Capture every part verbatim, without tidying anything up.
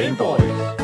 Game Boys.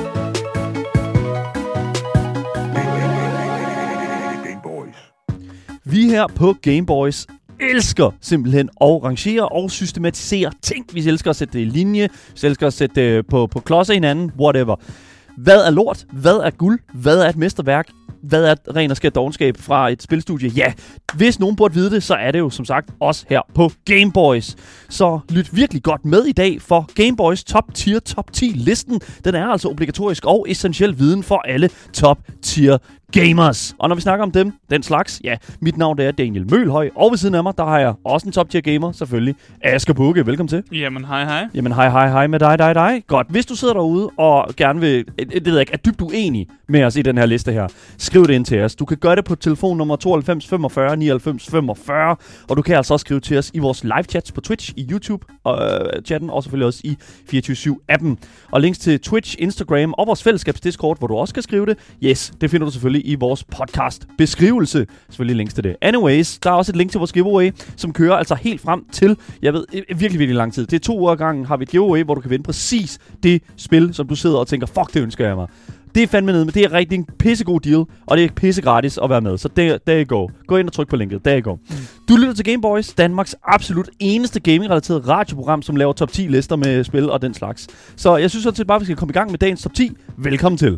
Game Boys. Vi her på Game Boys elsker simpelthen at rangere og systematisere ting. Vi elsker at sætte det i linje, vi elsker at sætte det på, på klodser hinanden, whatever. Hvad er lort? Hvad er guld? Hvad er et mesterværk? Hvad er ren og skær dovenskab fra et spilstudie? Ja, hvis nogen burde vide det, så er det jo som sagt os her på Game Boys. Så lyt virkelig godt med i dag, for Game Boys Top Tier Top ti listen, den er altså obligatorisk og essentiel viden for alle Top Tier gamers. Og når vi snakker om dem, den slags, ja, mit navn er Daniel Mølhøj, og ved siden af mig, der har jeg også en Top Tier gamer, selvfølgelig, Asger Bukke. Velkommen til. Jamen, hej hej. Jamen, hej hej hej med dig, dig, dig. Godt, hvis du sidder derude og gerne vil, det ved jeg ikke, er dybt uenig med os i den her liste her, skriv det ind til os. Du kan gøre det på telefonnummer tooghalvfems femogfyrre nioghalvfems femogfyrre, og du kan altså også skrive til os i vores live chats på Twitch, i YouTube og øh, chatten, og selvfølgelig også i fireogtyve syv appen. Og links til Twitch, Instagram og vores fællesskabs Discord, hvor du også kan skrive det, yes, det finder du selvfølgelig i vores podcast beskrivelse. Selvfølgelig links til det. Anyways, der er også et link til vores giveaway, som kører altså helt frem til, jeg ved, virkelig, virkelig lang tid. Det er to uger gangen har vi et giveaway, hvor du kan vinde præcis det spil, som du sidder og tænker, fuck, det ønsker jeg mig. Det er fandme nede, men det er rigtig en pissegod deal, og det er pisse gratis at være med. Så there, there you go. Gå ind og tryk på linket. There you go. Mm. Du lytter til Game Boys, Danmarks absolut eneste gaming-relateret radioprogram, som laver top ti lister med spil og den slags. Så jeg synes sådan bare, vi skal komme i gang med dagens top ti. Velkommen til.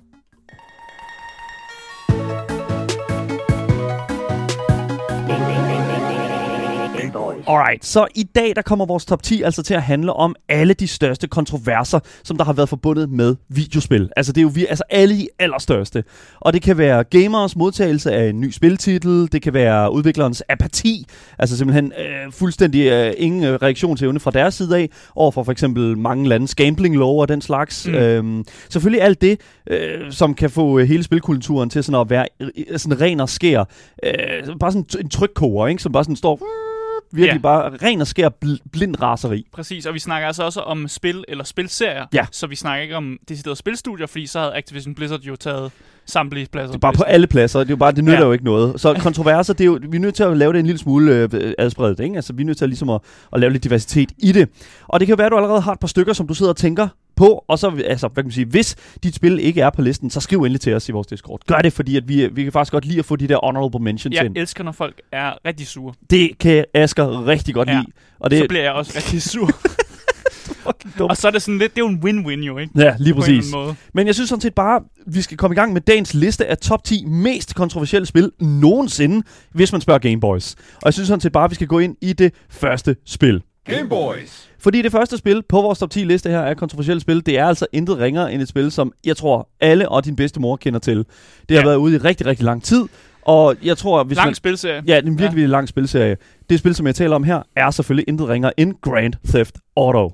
Alright, så i dag der kommer vores top ti altså til at handle om alle de største kontroverser, som der har været forbundet med videospil. Altså det er jo vi, altså alle de allerstørste. Og det kan være gamers modtagelse af en ny spiltitel, det kan være udviklerens apati, altså simpelthen øh, fuldstændig øh, ingen øh, reaktion til evne fra deres side af, overfor for eksempel mange landes gambling-lov og den slags. Mm. Øhm, selvfølgelig alt det, øh, som kan få hele spilkulturen til sådan at være øh, sådan ren og skær. Øh, bare sådan en trykkoger, ikke, som bare sådan står... Virkelig ja. Bare ren og skær bl- blind raseri. Præcis, og vi snakker altså også om spil eller spilserier. Ja. Så vi snakker ikke om deciderede spilstudier, fordi så havde Activision Blizzard jo taget samtlige pladser. Det er bare på alle pladser. Det er jo bare, det nytter ja. jo ikke noget. Så kontroverser, det er jo, vi er nødt til at lave det en lille smule øh, adspredt, ikke? Altså vi er nødt til at, ligesom at, at lave lidt diversitet i det. Og det kan være, at du allerede har et par stykker, som du sidder og tænker på, og så, altså, hvad kan man sige, hvis dit spil ikke er på listen, så skriv endelig til os i vores Discord. Gør det, fordi at vi, vi kan faktisk godt lide at få de der honorable mentions jeg ind. Jeg elsker, når folk er rigtig sure. Det kan Asger rigtig godt ja. lide. Og det, så bliver jeg også rigtig sur. Og så er det sådan lidt, det er jo en win-win jo, ikke? Ja, lige præcis. Men jeg synes sådan set bare, vi skal komme i gang med dagens liste af top ti mest kontroversielle spil nogensinde, hvis man spørger Game Boys. Og jeg synes sådan set bare, vi skal gå ind i det første spil. Game Boys. Fordi det første spil på vores top ti liste her af kontroversielle spil, det er altså intet ringere end et spil, som jeg tror alle og din bedste mor kender til. Det har ja. været ude i rigtig, rigtig lang tid. Og jeg tror, hvis lang man... spilserie. Ja, det er en virkelig, virkelig lang spilserie. Det spil, som jeg taler om her, er selvfølgelig intet ringere end Grand Theft Auto.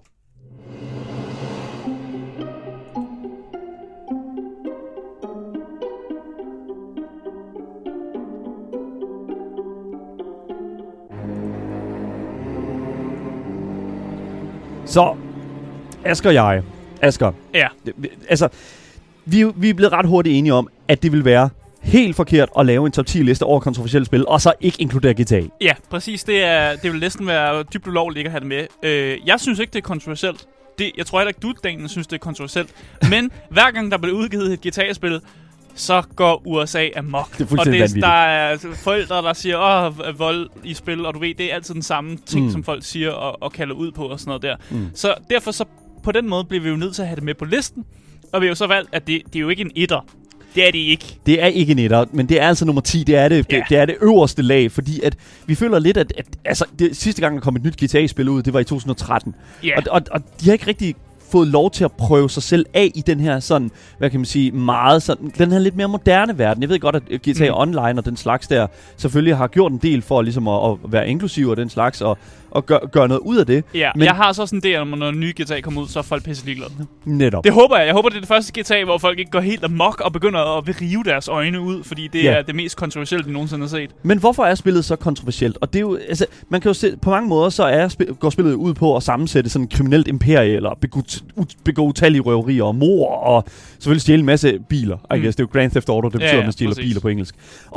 Så, Asger og jeg, Asger, ja. altså, vi, vi er blevet ret hurtigt enige om, at det vil være helt forkert at lave en top ti liste over kontroversielle spil, og så ikke inkludere G T A. Ja, præcis. Det, er, det vil næsten være dybt ulovligt ikke at have det med. Øh, jeg synes ikke, det er kontroversielt. Det, jeg tror heller ikke, du, Daniel, synes, det er kontroversielt. Men hver gang, der bliver udgivet et G T A-spil, så går U S A amok. Det er fuldstændig vanvittigt. Der er forældre, der siger, åh, vold i spil, og du ved, det er altid den samme ting, mm. som folk siger og, og kalder ud på og sådan noget der. Mm. Så derfor, så på den måde, bliver vi jo nødt til at have det med på listen. Og vi har jo så valgt, at det, det er jo ikke en etter. Det er det ikke. Det er ikke en etter, men det er altså nummer ti. Det er det, ja. det, det er det øverste lag, fordi at vi føler lidt, at, at altså, det, sidste gang, der kom et nyt G T A-spil ud, det var i to tusind og tretten. Yeah. Og, og, og de har ikke rigtig fået lov til at prøve sig selv af i den her sådan, hvad kan man sige, meget sådan, den her lidt mere moderne verden. Jeg ved godt, at G T A mm. Online og den slags der selvfølgelig har gjort en del for ligesom at, at være inklusiv og den slags, og, og gøre gør noget ud af det. Ja, men jeg har så sådan en del, at når en ny G T A kommer ud, så er folk pisse ligeglade. Netop. Det håber jeg. Jeg håber, det er det første G T A, hvor folk ikke går helt amok og begynder at rive deres øjne ud, fordi det ja. er det mest kontroversielle, de nogensinde har set. Men hvorfor er spillet så kontroversielt? Og det er jo, altså, man kan jo se, på mange måder, så er spil, går spillet ud på at sammensætte sådan et kriminelt imperie, eller begå, begå utallige røverier og mord, og selvfølgelig stjæle en masse biler. Mm. I guess, det er jo Grand Theft Auto, det betyder, ja, ja, at man stjæler præcis. biler på engelsk. Og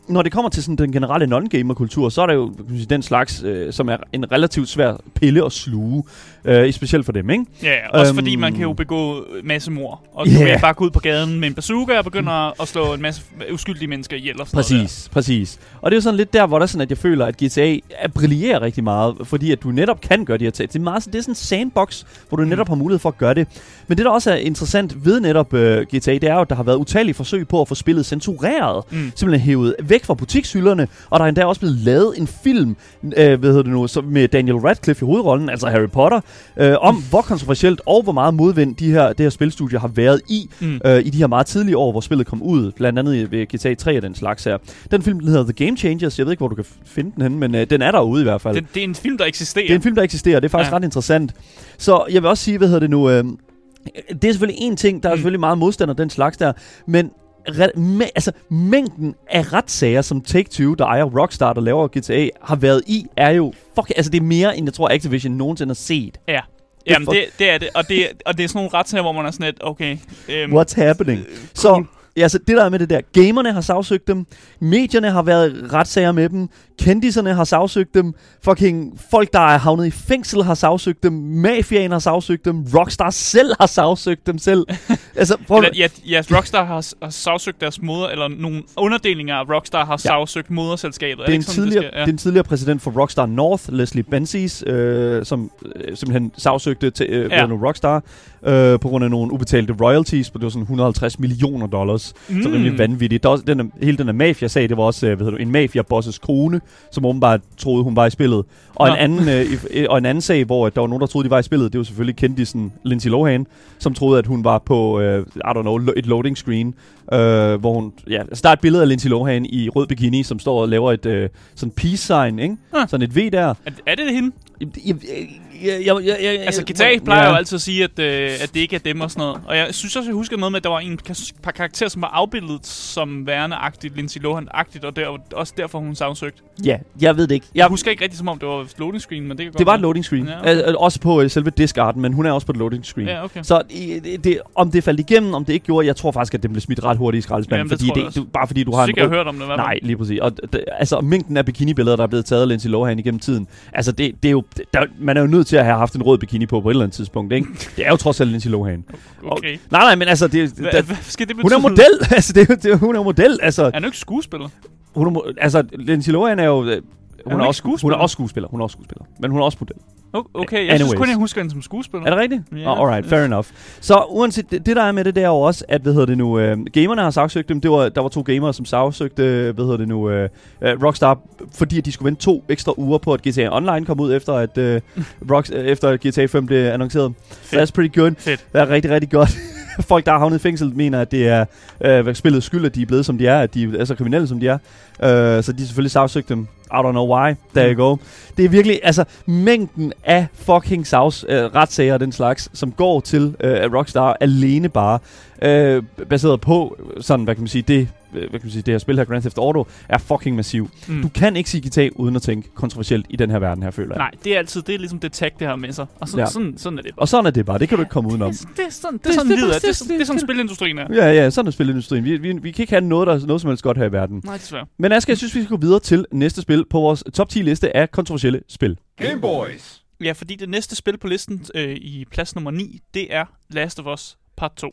når det kommer til sådan den generelle non-gamer-kultur, så er der jo kan man sige, den slags, øh, som er en relativt svær pille at sluge, øh, specielt for dem, ikke? Ja, også øhm, fordi man kan jo begå massemord, og yeah. du kan bare gå ud på gaden med en bazooka og begynde at slå en masse uskyldige mennesker ihjel og sådan Præcis, noget præcis. Og det er jo sådan lidt der, hvor der sådan, at jeg føler, at G T A er brillerer rigtig meget, fordi at du netop kan gøre de her ting. Det er, meget, det er sådan en sandbox, hvor du netop har mulighed for at gøre det. Men det, der også er interessant ved netop uh, G T A, det er jo, at der har været utallige forsøg på at få spillet censureret. Mm. Simpelthen hævet væk fra butikshylderne, og der er endda også blevet lavet en film, øh, hvad hedder det nu, så med Daniel Radcliffe i hovedrollen, altså Harry Potter, øh, om hvor kontroversielt og hvor meget modvind de her, det her spilstudie har været i, mm. øh, i de her meget tidlige år, hvor spillet kom ud, blandt andet ved G T A tre og den slags her. Den film, den hedder The Game Changers, jeg ved ikke, hvor du kan finde den henne, men øh, den er derude i hvert fald. Det, det er en film, der eksisterer. Det er en film, der eksisterer, det er faktisk ja. ret interessant. Så jeg vil også sige, hvad hedder det nu, øh, det er selvfølgelig en ting, der er mm. selvfølgelig meget modstander den slags der, men Ret, me, altså, mængden af retssager, som Take-Two, der ejer Rockstar, der laver G T A, har været i, er jo fuck, altså det er mere, end jeg tror, Activision nogensinde har set. Ja, jamen det, det er det, og det, og det er sådan nogle retssager, hvor man er sådan lidt, okay. Um, What's happening? Cool. Så ja, altså det der er med det der, gamerne har sagsøgt dem, medierne har været retssager med dem, kendiserne har sagsøgt dem, fucking folk, der er havnet i fængsel, har sagsøgt dem, mafiaen har sagsøgt dem, Rockstar selv har sagsøgt dem selv. altså, prøv eller, ja, ja, Rockstar har, har sagsøgt deres moder, eller nogle underdelinger af Rockstar har ja. sagsøgt moderselskabet. Det er, er en sådan, tidligere, det, ja. det er en tidligere præsident for Rockstar North, Leslie Benzies, øh, som øh, simpelthen sagsøgte til, øh, ja. Rockstar øh, på grund af nogle ubetalte royalties, det var sådan et hundrede og halvtreds millioner dollars. Mm. Så rimelig vanvittigt. Der også, den, hele den der mafia-sag, det var også hvad hedder du, en mafia-bosses kone, som åbenbart troede, hun var i spillet. Og, en anden, øh, og en anden sag, hvor der var nogen, der troede, de var i spillet, det var selvfølgelig kendisen Lindsay Lohan, som troede, at hun var på, øh, I don't know, et loading screen, øh, hvor hun, ja, altså der er et billede af Lindsay Lohan i rød bikini, som står og laver et øh, sådan peace-sign, ikke? Ah. Sådan et V der. Er, er det hende? Jeg, jeg, jeg, jeg, jeg, jeg, altså G T A plejer ja. jo altid at sige, at, øh, at det ikke er dem og sådan noget. Og jeg synes også, jeg husker noget med, at der var en par karakterer, som var afbildet som værende-agtigt, Lindsay Lohan-agtigt, og det var også derfor, hun sagsøgt. Ja, jeg ved det ikke. Jeg, jeg husker ikke rigtig, som om det var loading screen, men det kan godt Det var et loading screen. Ja, okay. uh, også på uh, selve discarden, men hun er også på et loading screen. Ja, okay. Så det, det, om det faldt igennem, om det ikke gjorde, jeg tror faktisk, at det blev smidt ret hurtigt i skraldespanden. Fordi det, det, bare fordi du har en... Jeg har hørt om det, hvad? Nej, lige præcis. Og det, altså, mængden af bikinibilleder, der er blevet taget af Lindsay Lohan igennem tiden, altså det, det er jo... Der, man er jo nødt til at have haft en rød bikini på på et eller andet tidspunkt, ikke? Det er jo trods alt Lindsay Lohan. Okay. Og, nej, nej, men altså... Det, Hva, der, hvad skal det betyde? Hun er model! Altså, det, det, hun er model, altså... Er hun ikke skuespiller? Hun er, altså, Lindsay Lohan er jo... Hun er, hun er også skuespiller? Hun er også skuespiller. Hun er også skuespiller. Men hun er også model. Okay, jeg Anyways. synes kun, jeg husker hende som skuespiller. Er det rigtigt? Yeah. Oh, alright, fair enough. Så uanset det, det der er med det, det er jo også, at, hvad hedder det nu, øh, gamerne har sagsøgt dem. Det var, der var to gamere, som sagsøgte, hvad hedder det nu, øh, Rockstar, fordi at de skulle vente to ekstra uger på, at G T A Online kom ud, efter at, øh, Rocks, øh, efter G T A fem blev annonceret. Fedt. That's pretty good. Fedt. Det er rigtig, rigtig godt. Folk, der har havnet i fængsel, mener, at det er øh, spillets skyld, at de er blevet, som de er, at de er så kriminelle, som de er. Øh, så de selvfølgelig sagsøgte dem. I don't know why. There you go. Det er virkelig, altså, mængden af fucking sags, øh, retssager og den slags, som går til øh, Rockstar alene bare, øh, baseret på, sådan, hvad kan man sige, det, hvad kan man sige, det her spil her, Grand Theft Auto, er fucking massiv. Mm. Du kan ikke sige G T A uden at tænke kontroversielt i den her verden her, føler jeg. Nej, det er altid, det er ligesom det tag, det her med sig. Og sådan, ja. sådan, sådan er det bare. Og sådan er det bare, det kan du ikke komme udenom. Det, det er sådan, det er sådan, det, det, det, det, det, det er sådan spilindustrien er. Ja, ja, sådan er spilindustrien. Vi, vi, vi kan ikke have noget, der noget som helst godt her i verden. Nej, desværre. Men Asger, jeg synes, vi skal gå videre til næste spil på vores top ti liste af kontroversielle spil. Game Boys. Ja, fordi det næste spil på listen øh, i plads nummer ni, det er Last of Us Part to.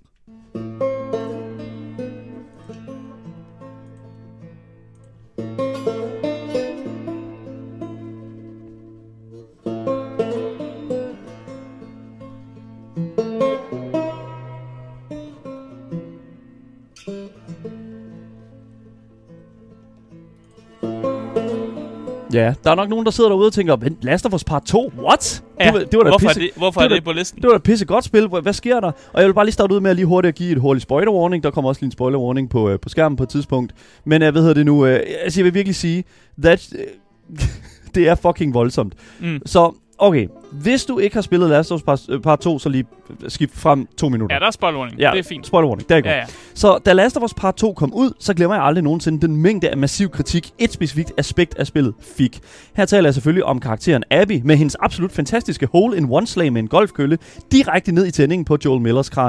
Ja, der er nok nogen, der sidder derude og tænker, men Last of Us Part to? What? Ja, det var, det var hvorfor, pisse, er det, hvorfor det er det på listen? Det var da pisse godt spil. Hvad sker der? Og jeg vil bare lige starte ud med at lige hurtigt at give et hurtigt spoiler warning. Der kommer også lige en spoiler warning på, uh, på skærmen på et tidspunkt. Men uh, hvad hedder det nu? Uh, altså, jeg vil virkelig sige, that, uh, det er fucking voldsomt. Mm. Så, okay. Hvis du ikke har spillet Last of Us Part to, så lige skift frem to minutter. Ja, der er spoiler warning. Ja, det er fint. Spoiler warning, det er godt. Ja, ja. Så da Last of Us Part to kom ud, så glemmer jeg aldrig nogensinde den mængde af massiv kritik, et specifikt aspekt af spillet fik. Her taler jeg selvfølgelig om karakteren Abby med hendes absolut fantastiske hole-in-one-slag med en golfkølle direkte ned i tændingen på Joel Millers kranie.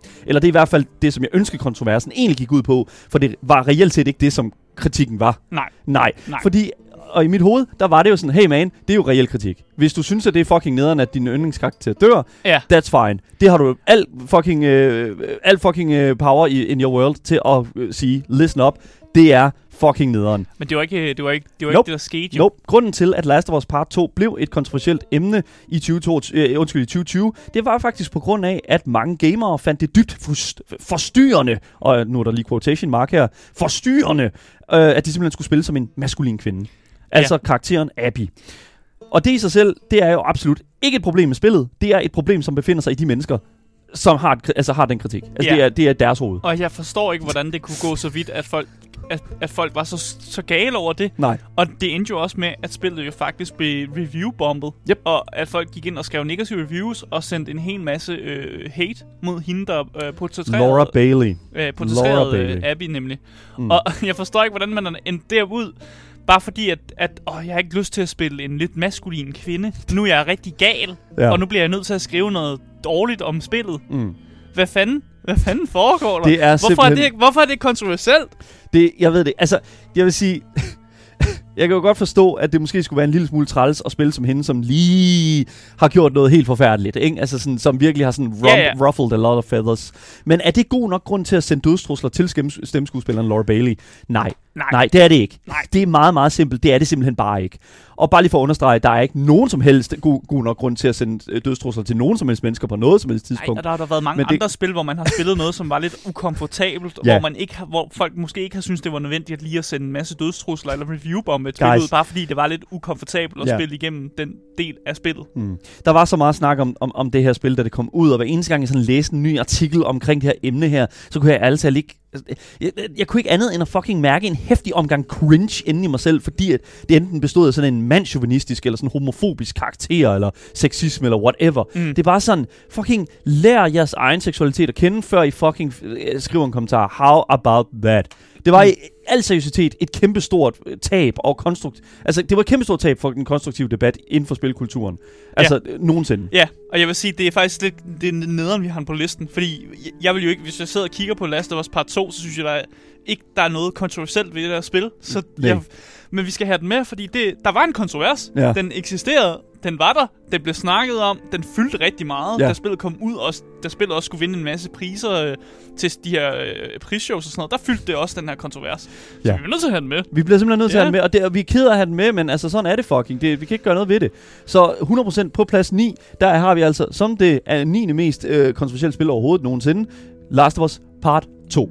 Eller det er i hvert fald det, som jeg ønsker kontroversen egentlig gik ud på, for det var reelt set ikke det, som kritikken var. Nej. Nej, Nej. fordi... Og i mit hoved, der var det jo sådan, hey man, det er jo reel kritik. Hvis du synes, at det er fucking nederen, at din yndlingskarakter dør, Ja. that's fine. Det har du al fucking, øh, al fucking øh, power i, in your world til at øh, sige, listen up, det er fucking nederen. Men det var ikke det, var ikke, det, var Nope. ikke det der skete jo. Nope. Grunden til, at Last of Us Part to blev et kontroversielt emne i, tyve toogtyve, øh, undskyld, i tyve tyve, det var faktisk på grund af, at mange gamere fandt det dybt forstyrrende, og nu er der lige quotation mark her, forstyrrende, øh, at de simpelthen skulle spille som en maskulin kvinde. Altså ja. Karakteren Abby. Og det i sig selv, det er jo absolut ikke et problem med spillet. Det er et problem, som befinder sig i de mennesker, som har, altså har den kritik. Altså Ja. det, er, det er deres hoved. Og jeg forstår ikke, hvordan det kunne gå så vidt, at folk, at, at folk var så, så gale over det. Nej. Og det endte jo også med, at spillet jo faktisk blev review-bombet. Yep. Og at folk gik ind og skrev negative reviews og sendte en hel masse øh, hate mod hende, der øh, portrætterede... Laura Bailey. Øh, portrætterede Bailey. øh, Abby nemlig. Mm. Og jeg forstår ikke, hvordan man er endt derud. Bare fordi, at, at åh, jeg har ikke lyst til at spille en lidt maskulin kvinde. Nu er jeg rigtig gal, Ja. og nu bliver jeg nødt til at skrive noget dårligt om spillet. Mm. Hvad fanden? Hvad fanden foregår der? Det er hvorfor, er simpelthen- det, hvorfor er det kontroversielt? Det, jeg ved det. Altså, jeg vil sige... Jeg kan jo godt forstå, at det måske skulle være en lille smule træls at spille som hende, som lige har gjort noget helt forfærdeligt, ikke? Altså sådan, som virkelig har sådan rum, Ja, ja. ruffled a lot of feathers. Men er det god nok grund til at sende dødstrusler til stem- stemmeskuespilleren Laura Bailey? Nej. Nej. Nej, det er det ikke. Nej. Det er meget, meget simpelt. Det er det simpelthen bare ikke. Og bare lige for at understrege, der er ikke nogen som helst god, god nok grund til at sende øh, dødstrusler til nogen som helst mennesker på noget som helst Nej, tidspunkt. og der har der været mange Men det- andre spil, hvor man har spillet noget, som var lidt ukomfortabelt, Ja. hvor, man ikke har, hvor folk måske ikke har syntes, det var nødvendigt at lige at sende en masse dødstrusler eller reviewbombe et spil Guys. ud, bare fordi det var lidt ukomfortabelt at Ja. spille igennem den del af spillet. Mm. Der var så meget snak om, om, om det her spil, da det kom ud, og hver eneste gang jeg sådan læste en ny artikel omkring det her emne her, så kunne jeg ærligt talt ikke... Jeg, jeg, jeg kunne ikke andet end at fucking mærke en heftig omgang cringe inde i mig selv, fordi at det enten bestod af sådan en mandchauvinistisk, eller sådan homofobisk karakter, eller sexisme, eller whatever. Mm. Det er bare sådan, fucking lær jeres egen seksualitet at kende, før I fucking øh, skriver en kommentar. How about that? Det var i al seriøsitet et kæmpestort øh, tab og konstrukt... Altså, det var et kæmpestort tab for den konstruktive debat inden for spilkulturen. Altså, ja. nogensinde. Ja, og jeg vil sige, det er faktisk lidt det er nederen, vi har den på listen. Fordi jeg, jeg vil jo ikke, hvis jeg sidder og kigger på Last of Us Part to, så synes jeg, der er, ikke der er noget kontroversielt ved det der spil. Så jeg, men vi skal have den med, fordi det, der var en kontrovers. Ja. Den eksisterede, den var der, den blev snakket om, den fyldte rigtig meget, Ja. da spillet kom ud, og da spillet også skulle vinde en masse priser øh, til de her øh, prisshows og sådan noget. Der fyldte det også den her kontrovers. Så Ja. vi er nødt til at have den med. Vi bliver simpelthen nødt til Ja. at have den med, og, det, og vi er ked af at have den med, men altså sådan er det fucking. Det, vi kan ikke gøre noget ved det. Så hundrede procent på plads ni, der har vi altså, som det er niende mest øh, kontroversielle spil overhovedet nogensinde, Last of Us Part to.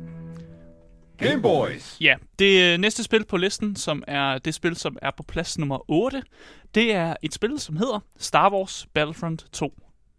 Game Boys. Ja, det øh, næste spil på listen, som er det spil, som er på plads nummer otte, det er et spil, som hedder Star Wars Battlefront to.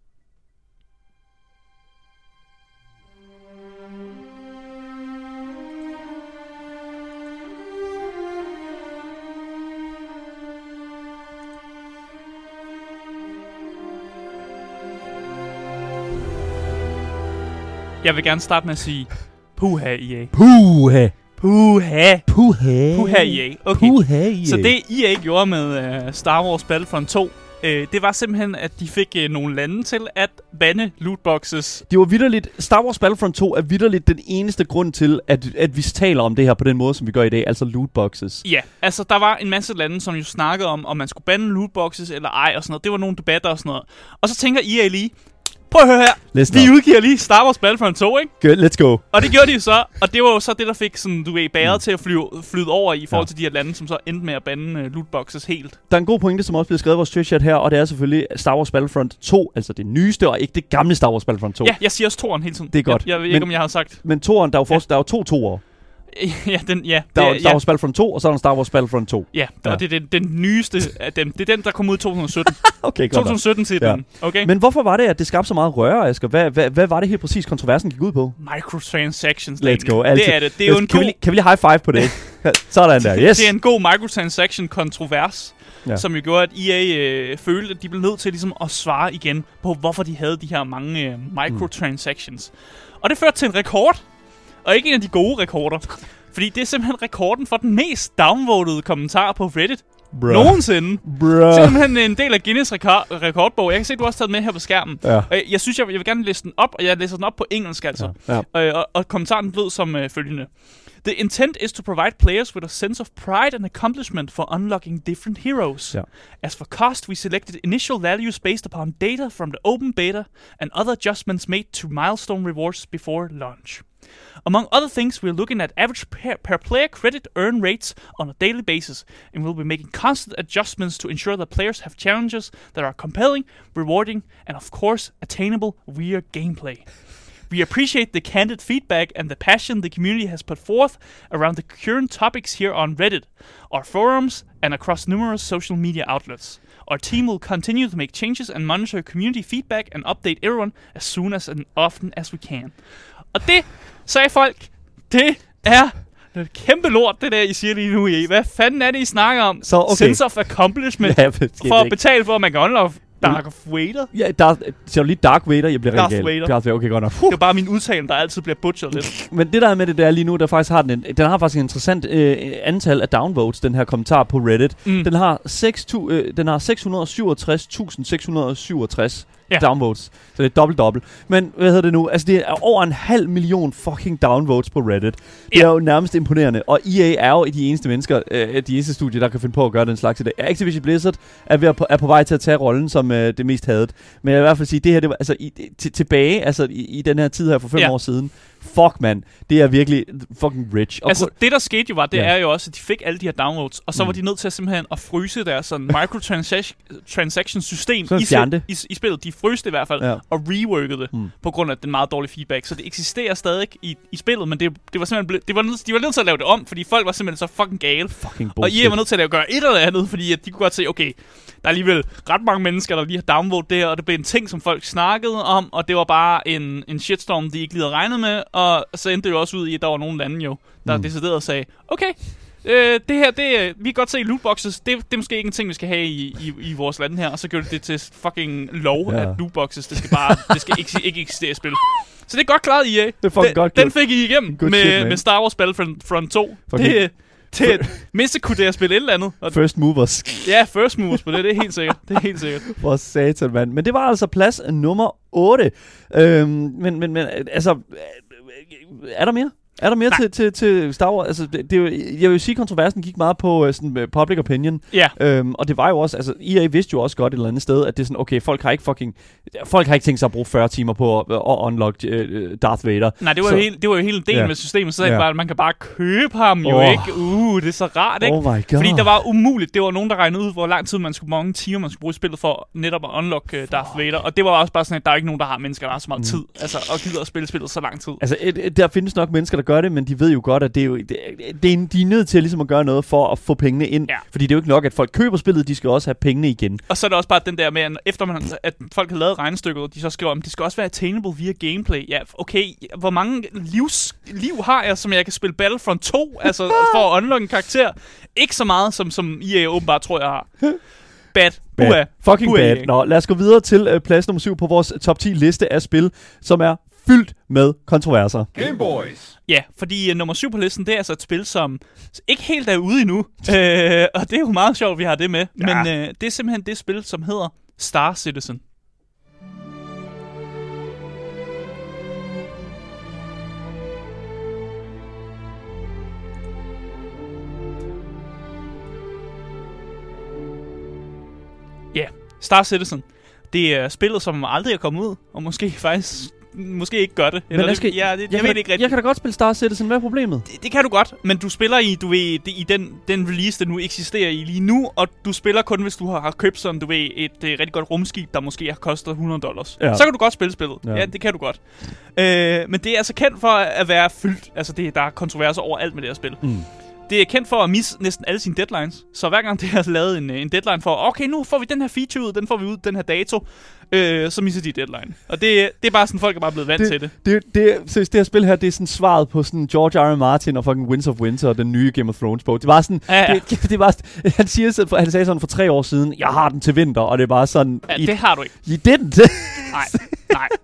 Jeg vil gerne starte med at sige, puha E A. Puha! Puha! Puha! Puha E A. Okay. Puha E A. Så det E A gjorde med uh, Star Wars Battlefront to, uh, det var simpelthen, at de fik uh, nogle lande til at bande lootboxes. Det var vitterligt, Star Wars Battlefront to er vitterligt den eneste grund til, at, at vi taler om det her på den måde, som vi gør i dag, altså lootboxes. Ja, altså der var en masse lande, som jo snakkede om, om man skulle bande lootboxes eller ej og sådan noget. Det var nogle debatter og sådan noget. Og så tænker E A lige, prøv at høre her, Listen vi up. udgiver lige Star Wars Battlefront to, ikke? Good, let's go. Og det gjorde de jo så, og det var jo så det, der fik sådan, du ved, bæret mm. til at flyve, flyde over i forhold Ja. til de her lande, som så endte med at bande uh, lootboxes helt. Der er en god pointe, som også bliver skrevet i vores Twitch-chat her, og det er selvfølgelig Star Wars Battlefront to, altså det nyeste, og ikke det gamle Star Wars Battlefront to. Ja, jeg siger også toeren hele tiden. Det er godt. Jeg, jeg ved Men- ikke, om jeg har sagt. Men toeren, der er jo, for, der er jo to toer. ja, den, ja. Der er det, jo Star ja, Wars Battlefront to, og så er der en Star Wars Battlefront to. ja, Ja. og det er den, den nyeste af dem. Det er den, der kom ud i to tusind sytten. Okay, to godt. tusind sytten til Ja. den, okay? Men hvorfor var det, at det skabte så meget røre, Asger? Hvad, hvad, hvad var det helt præcis, kontroversen gik ud på? Microtransactions. Let's go. Det er det. Det er jo en kan, god... vi, lige- kan vi lige high five på det? Sådan der, yes. Det er en god microtransaction-kontrovers, Ja. ja. som jo gjorde, at E A øh, følte, at de blev nødt til ligesom at svare igen på, hvorfor de havde de her mange øh, microtransactions. Mm. Og det førte til en rekord, og ikke en af de gode rekorder. Fordi det er simpelthen rekorden for den mest downvotede kommentar på Reddit Bruh. nogensinde. Bruh. Simpelthen en del af Guinness rekord, rekordbog. Jeg kan se, du har også taget med her på skærmen. Ja. Jeg, jeg synes, jeg, jeg vil gerne læse den op, og jeg læser den op på engelsk altså. Ja. Ja. Øh, og, og kommentaren lød som øh, følgende. The intent is to provide players with a sense of pride and accomplishment for unlocking different heroes. Ja. As for cost, we selected initial values based upon data from the open beta and other adjustments made to milestone rewards before launch. Among other things, we're looking at average per, per player credit earn rates on a daily basis, and we'll be making constant adjustments to ensure that players have challenges that are compelling, rewarding, and of course, attainable via gameplay. We appreciate the candid feedback and the passion the community has put forth around the current topics here on Reddit, our forums, and across numerous social media outlets. Our team will continue to make changes and monitor community feedback and update everyone as soon as and often as we can. Og det, sagde folk, det er det kæmpe lort, det der, I siger lige nu, I. Hvad fanden er det, I snakker om? Så, okay. Sense of accomplishment Ja, for at betale for, at man kan unlock Dark Vader. Ja, Darth, så lige Dark Vader, jeg bliver Darth rigtig gal. Vader. Darth Vader, okay, godt nok. Det er bare min udtale, der altid bliver butcheret lidt. Men det der er med det der lige nu, der faktisk har den, en, den har faktisk en interessant øh, antal af downvotes, den her kommentar på Reddit. Mm. Den har seks tu, øh, den har seks hundrede og syvogtres tusind seks hundrede og syvogtres ja. downvotes. Så det er dobbelt dobbelt. Men hvad hedder det nu? Altså det er over en halv million fucking downvotes på Reddit. Det ja. er jo nærmest imponerende. Og E A er jo de eneste mennesker, øh, de eneste studier, der kan finde på at gøre den slags i dag. Activision Blizzard er, ved at, er på vej til at tage rollen som øh, det mest hadet. Men jeg vil i hvert fald sige, det her, det var altså i, t- tilbage, altså i, i den her tid her for fem ja. år siden. Fuck, man. Det er virkelig fucking rich. Og altså, på, det der skete jo var, det ja. er jo også, at de fik alle de her downloads, og så mm. var de nødt til at simpelthen at fryse deres sådan microtransaction-system i, spil, i, i spillet. De fryste det i hvert fald, ja. og reworkede det, mm. på grund af den meget dårlige feedback. Så det eksisterer stadig i, i spillet, men det, det var simpelthen, det var nødt, de var nødt til at lave det om, fordi folk var simpelthen så fucking gale. Fucking og E A var nødt til at lave, gøre et eller andet, fordi at de kunne godt se, okay, der er alligevel ret mange mennesker, der lige har downvotet det her, og det blev en ting, som folk snakkede om, og det var bare en, en shitstorm, de ikke lige havde regnet med, og så endte det jo også ud i, at der var nogle lande jo, der mm. decideret sagde, okay, øh, det her, det, vi kan godt se lootboxes, det, det er måske ikke en ting, vi skal have i, i, i vores lande her, og så gjorde det til fucking lov, ja. at lootboxes, det skal bare, det skal ikke, ikke eksistere i spil. Så det er godt klaret, E A. Det er fucking den, godt den fik I igennem med, shit, med Star Wars Battlefront Front to. Fucking det Det mindste kunne det at spille et eller andet. Og first movers. Ja, first movers på det, det er helt sikkert. Det er helt sikkert. For satan, mand. Men det var altså plads nummer otte. Øhm, men, men, men, altså, er der mere? Er der mere til, til, til Star Wars? Altså, det, det, jeg vil sige, at kontroversen gik meget på uh, sådan, uh, public opinion. Ja. Øhm, og det var jo også, altså, E A vidste jo også godt et eller andet sted, at det er sådan, okay, folk har ikke fucking, folk har ikke tænkt sig at bruge fyrre timer på at, at unlock uh, Darth Vader. Nej, det var, så, jo helt, det var jo hele delen yeah. med systemet, så yeah. bare, man kan bare købe ham jo, oh. ikke? Uh, det er så rart, ikke? Oh my god. Fordi der var umuligt. Det var nogen, der regnede ud, hvor lang tid man skulle, mange timer man skulle bruge i spillet for netop at unlock uh, Darth Vader. Og det var også bare sådan, at der er ikke nogen, der har mennesker, der har så meget mm. tid, altså, og gider at spille spillet så lang tid. Altså, et, et, der findes nok mennesker, der gør det, men de ved jo godt, at det er jo, det, det er, de er nødt til ligesom at gøre noget for at få pengene ind. Ja. Fordi det er jo ikke nok, at folk køber spillet, de skal også have pengene igen. Og så er det også bare den der med, at efter man, at folk har lavet regnestykket, og de så skriver, at det skal også være attainable via gameplay. Ja, okay, hvor mange livs, liv har jeg, som jeg kan spille Battlefront to, altså for at unlock en karakter? Ikke så meget, som, som E A åbenbart tror, jeg har. Bad. Bad. Uha. Fucking Uha. bad. Nå, lad os gå videre til uh, plads nummer syv på vores top ti liste af spil, som er fyldt med kontroverser. Game Boys. Ja, fordi uh, nummer syv på listen, det er altså et spil, som ikke helt er ude endnu. uh, og det er jo meget sjovt, vi har det med. Ja. Men uh, det er simpelthen det spil, som hedder Star Citizen. Ja, yeah. Star Citizen. Det er spillet, som aldrig er kommet ud, og måske faktisk måske ikke gør det. Eller men jeg, skal, det, ja, det, jeg, jeg, jeg ved kan, ikke rigtigt. Jeg kan da godt spille Star Citizen. Hvad er problemet? Det, det kan du godt, men du spiller i, du ved, det, i den, den release, der nu eksisterer i lige nu, og du spiller kun, hvis du har, har købt sådan, du ved, et, et rigtig godt rumskib, der måske har kostet hundrede dollars. Ja. Så kan du godt spille spillet. Ja, ja det kan du godt. Øh, men det er altså kendt for at være fyldt. Altså, det, der er kontroverser overalt med det her spil. Mm. Det er kendt for at misse næsten alle sine deadlines. Så hver gang det har lavet en, en deadline for, okay, nu får vi den her feature ud, den får vi ud den her dato, øh, så misser de deadline. Og det, det er bare sådan, folk er bare blevet vant det, til det. Det, det, så det her spil her, det er sådan svaret på sådan George R. R. Martin og fucking Winds of Winter og den nye Game of Thrones bog. Det var sådan, ja, ja. Det, det var, han, siger, han sagde sådan for tre år siden, jeg har den til vinter, og det er bare sådan... Ja, I, det har du ikke. I didn't. Nej, nej.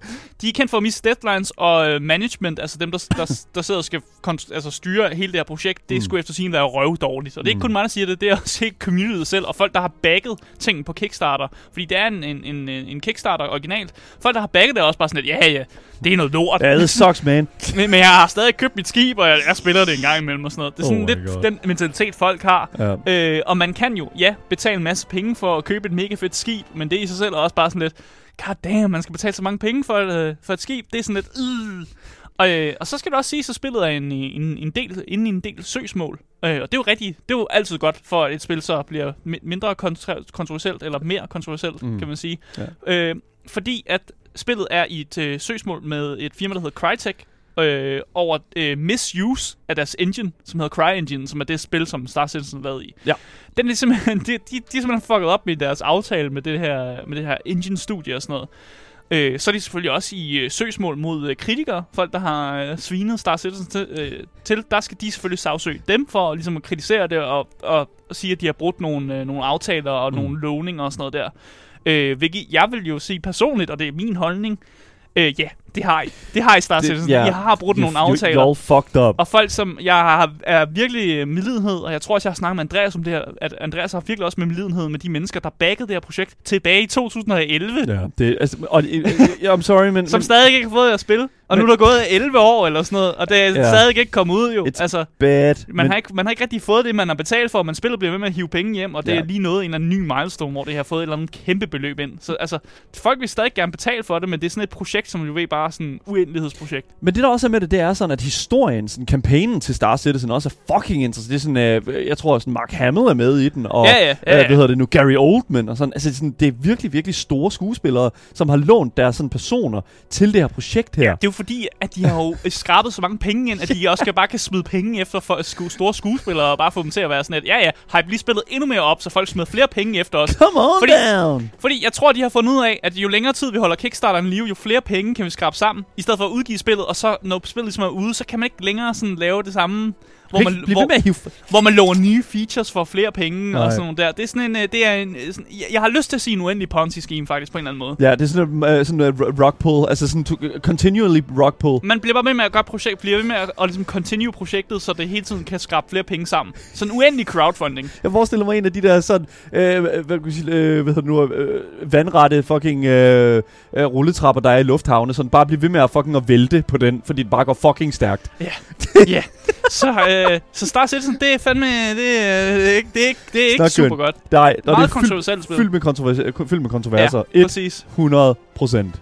de er kendt for at misse deadlines, og øh, management, altså dem, der, der, der sidder og skal konst- altså, styre hele det her projekt, det mm. skulle efter sigende være røvdårligt. Og det er ikke kun mig, der siger det, det er også ikke communityet selv, og folk, der har backet ting på Kickstarter. Fordi det er en, en, en, en Kickstarter originalt. Folk, der har backet det, er også bare sådan lidt, ja, ja, det er noget lort. Ja, det sucks, man. men, men jeg har stadig købt mit skib, og jeg, jeg spiller det en gang imellem og sådan noget. Det er sådan oh lidt God. den mentalitet, folk har. Ja. Øh, og man kan jo, ja, betale en masse penge for at købe et mega fedt skib, men det i sig selv er også bare sådan lidt, god damn, man skal betale så mange penge for et, øh, for et skib. Det er sådan lidt, øh. og, øh, og så skal det også sige, så spillet er en, en, en del, inde i en del søgsmål. Øh, og det er jo rigtig, det er jo altid godt, for at et spil så bliver mindre kontra- kontroversielt, eller mere kontroversielt, mm. kan man sige. Ja. Øh, fordi at spillet er i et øh, søgsmål med et firma, der hedder Crytek, øh, over øh, misuse af deres engine, som hedder CryEngine, som er det spil, som Star Citizen har været i. Ja. Den er simpelthen, de, de, de er simpelthen fucket op med deres aftale med det her, med det her engine-studie og sådan noget. Øh, så er de selvfølgelig også i øh, søgsmål mod øh, kritikere, folk der har øh, svinet Star Citizen til, øh, til. Der skal de selvfølgelig sagsøge dem for ligesom at kritisere det og, og, og sige, at de har brudt nogle, øh, nogle aftaler og mm. nogle lovninger og sådan noget der. Øh, hvilket jeg vil jo sige personligt, og det er min holdning, øh, ja, det har I. Det har I Star Citizen. Yeah. Jeg har brudt you, nogle aftaler. You're all fucked up. Og folk, som jeg har, er virkelig medlidenhed, og jeg tror også, jeg har snakket med Andreas om det her, at Andreas har virkelig også med medlidenhed med de mennesker, der backede det her projekt tilbage i to tusind og elleve. Ja, det, altså, og, I'm sorry, men... som men, stadig ikke har fået at spille. Og men, nu er der gået elleve år eller sådan noget, og det er yeah. stadig ikke kommet ud jo. It's altså, bad. Man, men, har ikke, man har ikke rigtig fået det, man har betalt for, og man spiller bliver ved med at hive penge hjem, og det yeah. er lige noget en eller anden ny milestone, hvor det har fået et eller andet kæmpe beløb ind. Så altså, folk vil stadig gerne betale for det, men det er sådan et projekt, som du ved bare sådan uendelighedsprojekt. Men det der også er med det, det er sådan, at historien, sådan kampagnen til Star Citizen også er fucking interessant. Det er sådan, øh, jeg tror sådan Mark Hamill er med i den, og ja, ja, ja, ja. Øh, hvad hedder det nu, Gary Oldman og sådan. Altså sådan, det er virkelig, virkelig store skuespillere, som har lånt deres sådan personer til det her projekt her. Ja, det er jo fordi, at de har jo skrabet så mange penge ind, at de også skal bare kan smide penge efter for sku- store skuespillere og bare få dem til at være sådan et, ja ja, har I lige spillet endnu mere op, så folk smider flere penge efter os. Come on fordi, down! Fordi jeg tror, de har fundet ud af, at jo længere tid vi holder Kickstarteren i live, jo flere penge kan vi skrabe sammen, i stedet for at udgive spillet, og så når spillet ligesom er ude, så kan man ikke længere sådan lave det samme, hvor man, hvor, hvor man lover nye features for flere penge. Nej. Og sådan noget der. Det er sådan en, det er en, sådan, jeg, jeg har lyst til at sige en uendelig Ponzi-scheme faktisk på en eller anden måde. Ja, det er sådan en uh, sådan uh, rock pull, altså sådan to, uh, continually rock pull. Man bliver bare med med at gøre projekt, bliver ved med at og ligesom continue projektet, så det hele tiden kan skrabe flere penge sammen. Sådan en uendelig crowdfunding. Jeg forestiller mig en af de der sådan, øh, hvad kan jeg sige, øh, hvad hedder det nu, øh, vandrette fucking øh, øh, rulletrapper, der er i lufthavne, sådan bare blive ved med at fucking at vælte på den, fordi det bare går fucking stærkt. Ja, ja. Så, øh, så Star Citizen, det er fandme, det er, det er ikke, det er ikke, det er ikke super godt. Nej, meget kontroversielt spil. Fyldt med, kontrovers- fyldt med kontroverser. Ja, præcis. hundrede procent.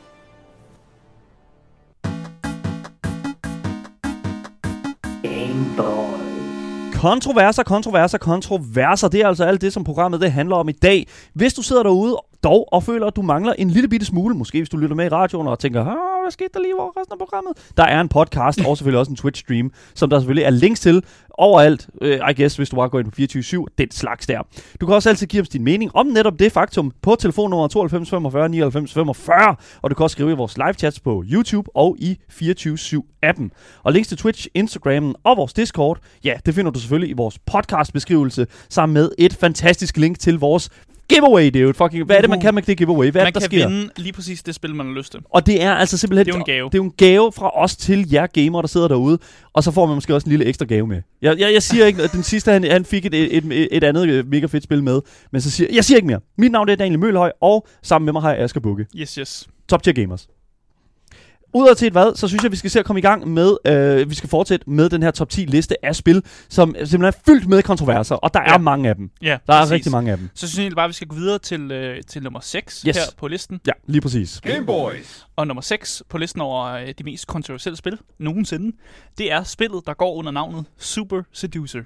Kontroverser, kontroverser, kontroverser. Det er altså alt det, som programmet det handler om i dag. Hvis du sidder derude dog og føler, at du mangler en lille bitte smule, måske hvis du lytter med i radioen og tænker, hvad skete der lige over resten af programmet? Der er en podcast og selvfølgelig også en Twitch-stream, som der selvfølgelig er links til overalt, uh, I guess, hvis du bare går ind på fireogtyve syv, den slags der. Du kan også altid give os din mening om netop det faktum på telefonnummer tooghalvfems femogfyrre nioghalvfems femogfyrre, og du kan også skrive i vores live-chats på YouTube og i fireogtyve syv appen. Og links til Twitch, Instagram og vores Discord, ja, det finder du selvfølgelig i vores podcast-beskrivelse, sammen med et fantastisk link til vores giveaway. Det er jo et fucking... Hvad er det, man kan med det giveaway? Hvad man er det, der kan sker? vinde lige præcis det spil, man har lyst til. Og det er altså simpelthen... Det er jo en gave. Det er jo en gave fra os til jer gamere, der sidder derude. Og så får man måske også en lille ekstra gave med. Jeg, jeg, jeg siger ikke... Den sidste, han, han fik et, et, et, et andet mega fedt spil med. Men så siger jeg siger ikke mere. Mit navn er Daniel Mølhøj, og sammen med mig har jeg Asger Bukke. Yes, yes. Top tier gamers. Udad til et hvad, så synes jeg, vi skal se at komme i gang med, øh, vi skal fortsætte med den her top ti liste af spil, som simpelthen er fyldt med kontroverser, og der ja. er mange af dem. Ja, der præcis. er rigtig mange af dem. Så synes jeg egentlig bare, at vi skal gå videre til, øh, til nummer seks yes. her på listen. Ja, lige præcis. Game Boys. Og nummer seks på listen over øh, de mest kontroversielle spil nogensinde, det er spillet, der går under navnet Super Seducer.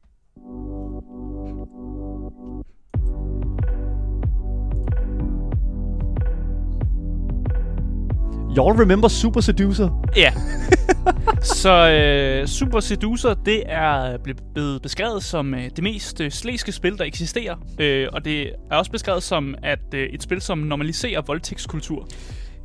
Y'all remember Super Seducer? Ja. Så øh, Super Seducer, det er blevet beskrevet som øh, det mest øh, slæske spil, der eksisterer. Øh, og det er også beskrevet som at øh, et spil, som normaliserer voldtægtskultur.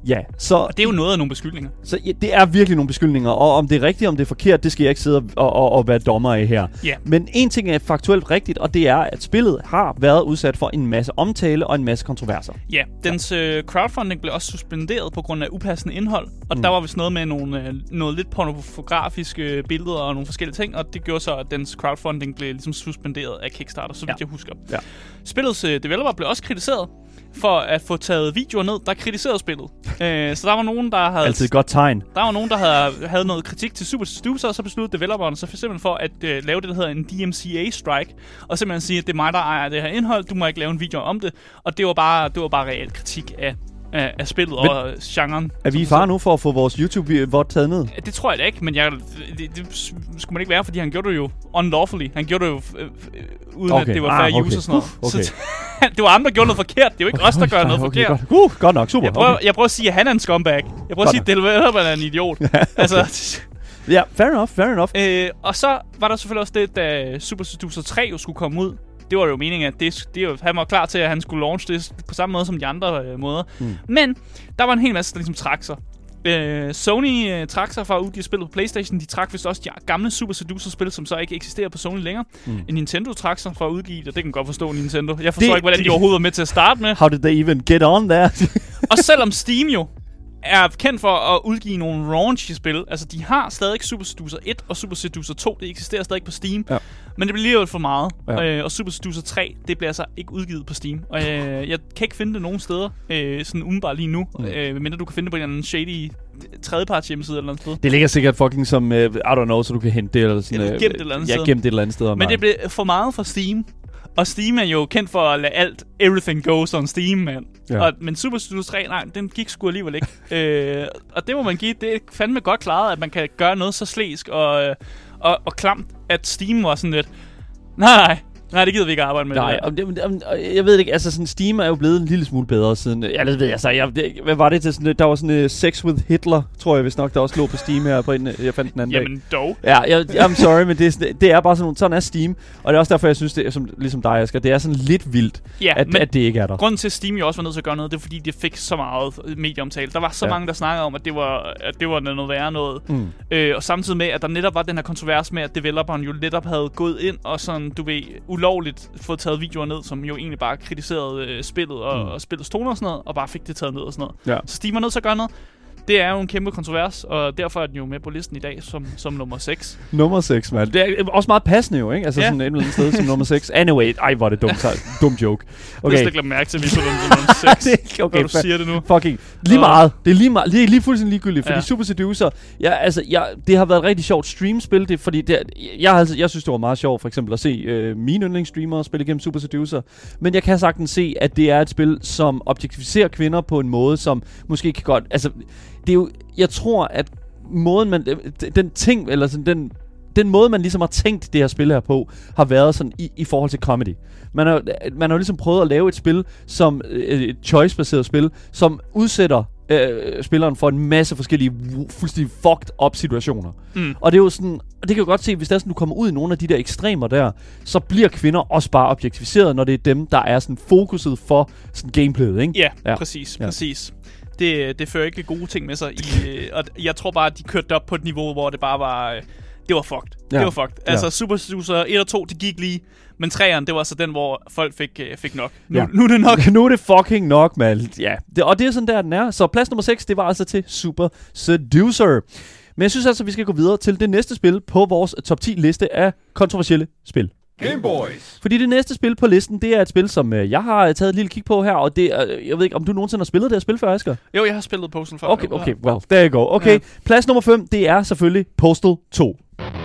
Ja, så... Og det er jo noget af nogle beskyldninger. Så ja, det er virkelig nogle beskyldninger, og om det er rigtigt, om det er forkert, det skal jeg ikke sidde og, og, og være dommer af her. Yeah. Men en ting er faktuelt rigtigt, og det er, at spillet har været udsat for en masse omtale og en masse kontroverser. Ja, dens øh, crowdfunding blev også suspenderet på grund af upassende indhold, og mm. der var vist noget med nogle, øh, noget lidt pornografiske billeder og nogle forskellige ting, og det gjorde så, at dens crowdfunding blev ligesom suspenderet af Kickstarter, så vidt ja. jeg husker. Ja. Spillets øh, developer blev også kritiseret for at få taget videoer ned, der kritiserede spillet. øh, så der var nogen, der havde... Altid et godt tegn. Der var nogen, der havde, havde noget kritik til Super Seducer, og så besluttede developeren så for simpelthen for at øh, lave det, der hedder en D M C A-strike, og simpelthen sige, at det er mig, der ejer det her indhold, du må ikke lave en video om det. Og det var bare, det var bare reelt kritik af, af, af spillet men, og genren. Er vi i fare nu for at få vores YouTube-vod taget ned? Det tror jeg da ikke, men jeg, det, det skulle man ikke være, fordi han gjorde det jo unlawfully. Han gjorde det jo øh, uden okay. at det var fair ah, okay. use og sådan noget. Uh, okay. Så det var andre, der gjorde noget forkert. Det er jo ikke os, der gør noget okay, forkert. Godt. Uh, godt nok, super. Jeg prøver, okay. jeg prøver at sige, at han er en scumbag. Jeg prøver godt at sige, at developeren er en idiot. okay. Altså... Ja, fair enough, fair enough. Øh, og så var der selvfølgelig også det, da Super Seducer tre jo skulle komme ud. Det var jo meningen, at det, det jo, han var klar til, at han skulle launch det på samme måde som de andre øh, måder. Mm. Men der var en hel masse, der ligesom trak sig. Øh, Sony øh, trak sig fra at udgive spillet på PlayStation. De trak vist også de gamle Super Seducer-spil, som så ikke eksisterer på Sony længere. Mm. Nintendo trak sig fra at udgive det. Det kan godt forstå Nintendo. Jeg forstår det, ikke, hvordan de overhovedet var med til at starte med. How did they even get on there? Og selvom Steam jo er kendt for at udgive nogle raunchy-spil. Altså, de har stadig Super Seducer et og Super Seducer to. Det eksisterer stadig på Steam. Ja. Men det bliver alligevel for meget. Ja. Øh, og Super Seducer tre, det bliver altså ikke udgivet på Steam. Og øh, jeg kan ikke finde det nogen steder, øh, sådan umiddelbart lige nu. Mm. Øh, mindre du kan finde det på en eller anden shady tredjeparts hjemmeside eller andet sted. Det ligger sikkert fucking som, uh, I don't know, så du kan hente det eller sådan. Eller gemt et eller andet ja, sted. Ja, gemt et eller andet sted. Men nej. Det bliver for meget for Steam. Og Steam er jo kendt for at lade alt, everything goes on Steam, mand. Ja. Og, men Super Seducer tre, nej, den gik sgu alligevel ikke. øh, og det må man give, det er fandme godt klaret, at man kan gøre noget så slæsk og, og, og klamt, at Steam var sådan lidt, nej, nej, det gider vi ikke arbejde med. Nej, det og, og, jeg ved ikke, altså sådan Steam er jo blevet en lille smule bedre siden, ja, det ved jeg så, jeg, det, hvad var det til sådan, der var sådan uh, Sex with Hitler, tror jeg vist nok, der også lå på Steam her på en, jeg fandt den anden Jamen dag. dog. Ja, jeg, I'm sorry, men det er, det er bare sådan, sådan er Steam, og det er også derfor, jeg synes, det er som, ligesom dig, Asger, det er sådan lidt vildt, ja, at, at det ikke er der. Grunden til, at Steam jo også var nødt til at gøre noget, det er fordi, de fik så meget medieomtale. Der var så ja. mange, der snakkede om, at det var, at det var noget værre noget. Mm. Øh, og samtidig med, at der netop var den her kontrovers med, at developeren jo netop havde gået ind og sådan, du ved, ulovligt fået taget videoer ned, som jo egentlig bare kritiserede øh, spillet og, mm. og spillets toner og sådan noget, og bare fik det taget ned og sådan noget. Ja. Så Steam var nødt til at gøre noget. Det er jo en kæmpe kontrovers, og derfor er den jo med på listen i dag som, som nummer seks. Nummer seks, mand. Det er også meget passende jo, ikke? Altså ja. Sådan et eller andet sted som nummer seks. Anyway, ej, hvor er det dumt, dum joke. Okay. Jeg skal ikke mærke til, at vi så den som nummer seks, okay, når du siger det nu. Fucking. Lige meget. Det er lige, meget. Det er lige fuldstændig ligegyldigt, fordi ja. Super Seducer, ja, altså, jeg, det har været et rigtig sjovt streamspil, det, fordi det, jeg, altså, jeg synes, det var meget sjovt for eksempel at se øh, mine yndlingsstreamere spille igennem Super Seducer, men jeg kan sagtens se, at det er et spil, som objektificerer kvinder på en måde, som måske kan godt, altså, det er jo, jeg tror, at måden man, den ting, eller sådan, den, den måde, man ligesom har tænkt det her spil her på, har været sådan i, i forhold til comedy. Man har, man har ligesom prøvet at lave et spil, som et choice-baseret spil, som udsætter øh, spilleren for en masse forskellige fuldstændig fucked up situationer. Mm. Og det er jo sådan, og det kan jo godt se, hvis det er sådan, du kommer ud i nogle af de der ekstremer der, så bliver kvinder også bare objektificeret, når det er dem, der er sådan fokuset for sådan gameplayet, ikke? Ja, ja. præcis, ja. præcis. Det, det fører ikke gode ting med sig i, og jeg tror bare, at de kørte op på et niveau, hvor det bare var, det var fucked. Ja. Det var fucked. Altså, ja. Super Seducer et og to, det gik lige, men treeren, det var så den, hvor folk fik, fik nok. Nu, ja. nu er det nok. Nu er det fucking nok, mand. Ja. Det, og det er sådan der, den er. Så plads nummer seks, det var altså til Super Seducer. Men jeg synes altså, vi skal gå videre til det næste spil på vores top ti liste af kontroversielle spil. Game Boys. Fordi det næste spil på listen, det er et spil, som øh, jeg har taget et lille kig på her, og det er, jeg ved ikke, om du nogensinde har spillet det her spil før, Asger? Jo, jeg har spillet Postal før. Okay, okay, well, there you go. Okay, ja. Plads nummer fem, det er selvfølgelig Postal to.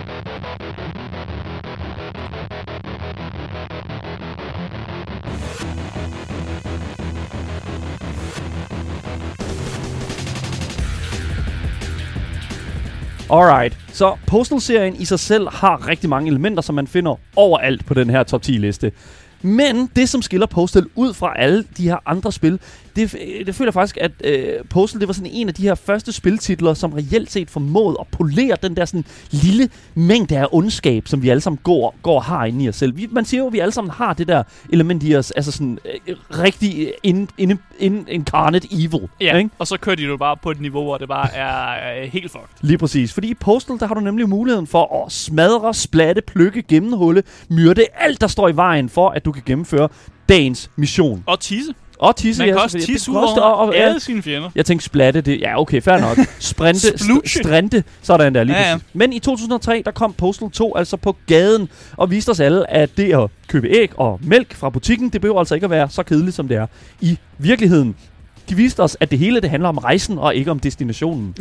Alright, så Postal-serien i sig selv har rigtig mange elementer, som man finder overalt på den her top ti liste. Men det, som skiller Postal ud fra alle de her andre spil, det, det føler jeg faktisk, at øh, Postal, det var sådan en af de her første spiltitler, som reelt set formåede at polere den der sådan lille mængde af ondskab, som vi alle sammen går, går og har inde i os selv. Vi, man siger jo, at vi alle sammen har det der element i os, altså sådan øh, rigtig in, in, in, incarnate evil. Ja, ikke? Og så kører de jo bare på et niveau, hvor det bare er øh, helt fucked. Lige præcis. Fordi i Postal, der har du nemlig muligheden for at smadre, splatte, plukke, gennemhulle, myrde, alt der står i vejen for, at du kan gennemføre dagens mission. Og tisse. Og tisse, Man ja, kan også tisse ud over alle sine fjender. Jeg tænkte splatte, det, ja okay, fair nok. Sprinte, st- strente, sådan der lige ja, ja. præcis. Men i to tusind og tre, der kom Postal to altså på gaden, og viste os alle, at det at købe æg og mælk fra butikken, det behøver altså ikke at være så kedeligt, som det er i virkeligheden. De viste os, at det hele det handler om rejsen, og ikke om destinationen.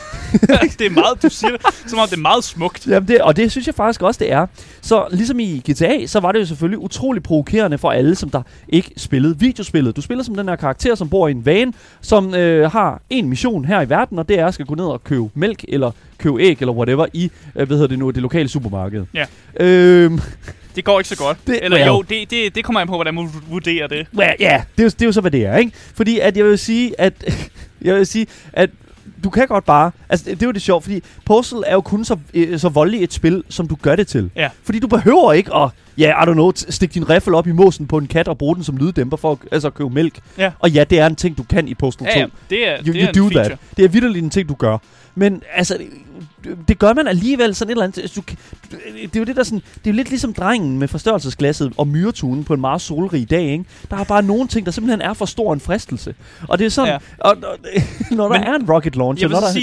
Det er meget, du siger det, som om det er meget smukt. Jamen det, og det synes jeg faktisk også, det er. Så ligesom i G T A, så var det jo selvfølgelig utrolig provokerende for alle, som der ikke spillede videospillet. Du spiller som den her karakter, som bor i en van, som øh, har en mission her i verden, og det er at skal gå ned og købe mælk, eller købe æg, eller whatever, i øh, hvad hedder det nu, det lokale supermarked. Ja. Øhm, det går ikke så godt. Det, eller well, jo, det, det, det kommer an på, hvordan man vurderer det. Well, ja, det er, jo, det er jo så, hvad det er, ikke? Fordi at jeg vil sige, at jeg vil sige, at du kan godt bare... Altså, det, det er jo det sjovt, fordi Postal er jo kun så, øh, så voldeligt et spil, som du gør det til. Ja. Fordi du behøver ikke at, ja, yeah, I don't know, stikke din riffel op i måsen på en kat og bruge den som lyddæmper for at altså, købe mælk. Ja. Og ja, det er en ting, du kan i Postal to. Ja, ja. Det er, you, det you er do en feature. that. Det er vitterligt en ting, du gør. Men altså... Det gør man alligevel sådan et eller andet... Du, det er jo det der sådan... Det er jo lidt ligesom drengen med forstørrelsesglasset og myretunen på en meget solrig dag, ikke? Der er bare nogle ting, der simpelthen er for stor en fristelse. Og det er sådan... Ja. Og, og, når der Men, er en rocket launcher... Jeg vil når der sige...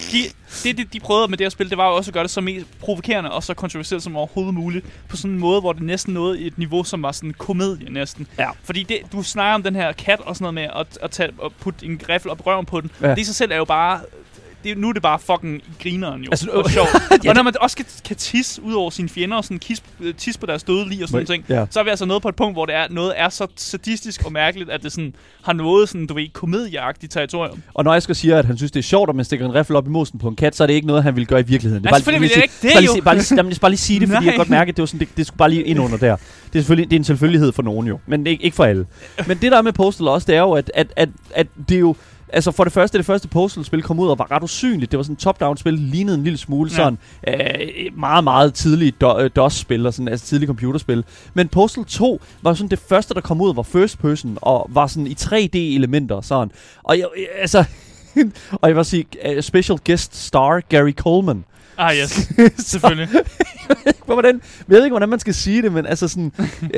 De, det, de, de prøvede med det her spil, det var jo også at gøre det så mest provokerende og så kontroversielt som overhovedet muligt. På sådan en måde, hvor det næsten nåede i et niveau, som var sådan en komedie næsten. Ja. Fordi det, du snakker om den her kat og sådan noget med at, at, tage, at putte en riffel op i røven på den. Ja. Det i sig selv er jo bare... Det, nu er det bare fucking grineren jo, altså, og sjovt. Ja, og når man også kan, kan tisse ud over sine fjender og sådan kis, tisse på deres døde lig og sådan ting, ja. så er vi altså nået på et punkt, hvor det er, noget er så sadistisk og mærkeligt, at det sådan har noget sådan, du ved, komedieagtigt territorium. Og når jeg skal sige, at han synes, det er sjovt, at man stikker en riffel op i mosen på en kat, så er det ikke noget, han vil gøre i virkeligheden. Det er bare, vil jeg ikke det, bare jo. Lige, bare lige, bare lige, bare lige sige det, fordi jeg godt mærke, at det, var sådan, det, det skulle bare lige ind under der. Det er selvfølgelig det er en selvfølgelighed for nogen jo, men ikke, ikke for alle. Men det der med Postal også, det er jo, at, at, at, at det er jo... Altså for det første, det første Postal-spil kom ud og var ret usynligt. Det var sådan et top-down-spil, lignede en lille smule ja. sådan øh, meget, meget tidligt do- DOS-spil, og sådan, altså tidligt computerspil. Men Postal to var sådan det første, der kom ud, var first person, og var sådan i tre D-elementer, sådan. Og jeg, altså... og jeg vil sige, uh, special guest star Gary Coleman. Ah, yes. Selvfølgelig. hvordan, jeg ved ikke, hvordan man skal sige det, men altså sådan...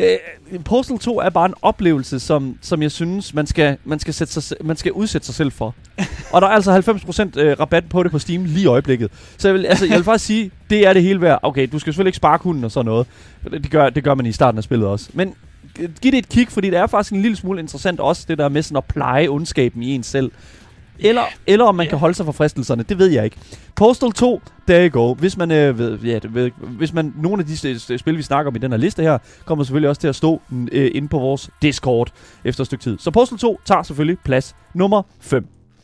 øh, Postal to er bare en oplevelse, som, som jeg synes, man skal, man, skal sætte sig, man skal udsætte sig selv for. Og der er altså halvfems procent øh, rabat på det på Steam lige i øjeblikket. Så jeg vil, altså, jeg vil faktisk sige, det er det hele værd. Okay, du skal selvfølgelig ikke sparke hunden og sådan noget. Det gør, det gør man i starten af spillet også. Men giv det et kig, fordi det er faktisk en lille smule interessant også, det der med sådan at pleje ondskaben i en selv. Eller, eller om man yeah. kan holde sig for fristelserne, det ved jeg ikke. Postal to, there you go. Hvis man, øh, ved, ja, ved, hvis man nogle af de spil, vi snakker om i den her liste her, kommer selvfølgelig også til at stå øh, inde på vores Discord efter et stykke tid. Så Postal to tager selvfølgelig plads nummer fem.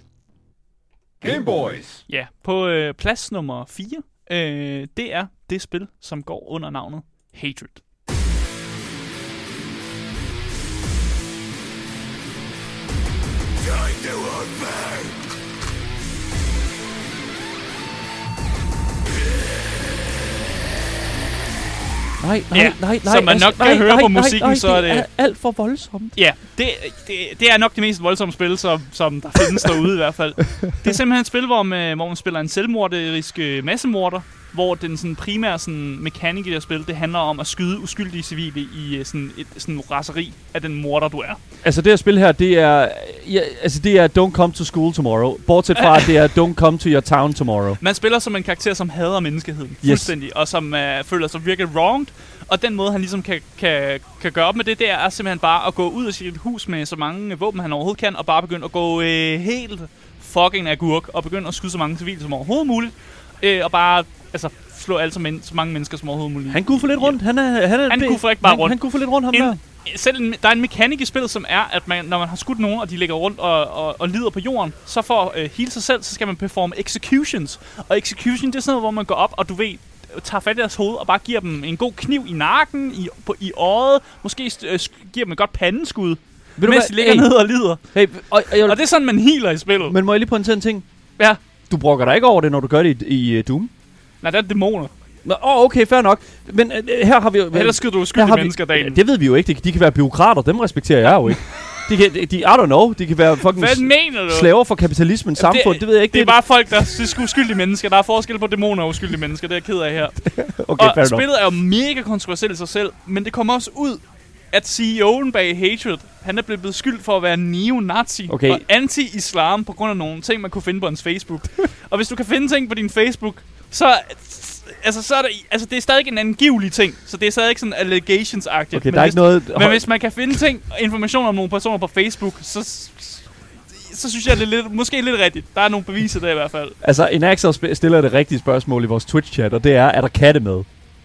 Game Boys. Ja, på øh, plads nummer fire, øh, det er det spil, som går under navnet Hatred. Nej, nej, ja, nej, nej. Som man nok kan nej, høre nej, på nej, musikken, nej, så er det... det er alt for voldsomt. Ja, det, det, det er nok det mest voldsomme spil, som, som der findes derude i hvert fald. Det er simpelthen et spil, hvor man, hvor man spiller en selvmorderisk massemorder, hvor den sådan primære sådan mekanik i det her spil, det handler om at skyde uskyldige civile i sådan et sådan raseri af den morder, du er. Altså det her spil her, det er ja, altså det er Don't Come to School Tomorrow. Bortset fra, at det er Don't Come to Your Town Tomorrow. Man spiller som en karakter, som hader menneskeheden fuldstændig, yes. og som uh, føler sig virkelig wronged. Og den måde, han ligesom kan, kan, kan gøre op med det, det er simpelthen bare at gå ud af sit hus med så mange våben, han overhovedet kan, og bare begynde at gå øh, helt fucking agurk, og begynde at skyde så mange civile som overhovedet muligt, øh, og bare altså, slå alle så, men, så mange mennesker som overhovedet muligt. Han kunne få lidt rundt. Han, er, han, er han kunne få ikke bare han, rundt. Han kunne få lidt rundt, ham en, der. Selv en, der er en mekanik i spillet, som er, at man, når man har skudt nogen, og de ligger rundt og, og, og lider på jorden, så for at øh, heale sig selv, så skal man performe executions. Og execution, det er sådan noget, hvor man går op, og du ved, tager fat i deres hoved og bare giver dem en god kniv i nakken, i, på, i øjet, måske øh, giver dem et godt pandeskud, Ved mens de ligger hey. ned og lider. Hey, og, og, jeg, og det er sådan, man healer i spillet. Men må jeg lige pointere en ting? Ja. Du brokker dig ikke over det, når du gør det i, i uh, Doom? Nej, det er dæmoner. Nå, oh, okay, fair nok. Men uh, her har vi jo... Ellers skyder du uskyldige mennesker dagen. Ja, det ved vi jo ikke. De, de kan være bureaukrater. Dem respekterer jeg jo ikke. De kan, de, de, I don't know. De kan være fucking Hvad mener du? slaver for kapitalismens Jamen, samfund. Det, det ved jeg ikke. Det er bare folk, der er uskyldige mennesker. Der er forskel på dæmoner og uskyldige mennesker. Det er jeg ked af her. Okay, og spillet er jo mega kontroversielt i sig selv, men det kommer også ud, at C E O'en bag Hatred, han er blevet beskyldt for at være neo-nazi okay. og anti-islam på grund af nogle ting, man kunne finde på hans Facebook. Og hvis du kan finde ting på din Facebook, så... Altså, så er der, altså, det er stadig en angivelig ting, så det er stadig ikke sådan allegations-agtigt. Okay, men der er hvis, ikke noget... Men hvis man kan finde ting, information om nogle personer på Facebook, så, så synes jeg, det er lidt, måske lidt rigtigt. Der er nogle beviser der i hvert fald. Altså, Enaxer stiller det rigtige spørgsmål i vores Twitch-chat, og det er, er der katte med?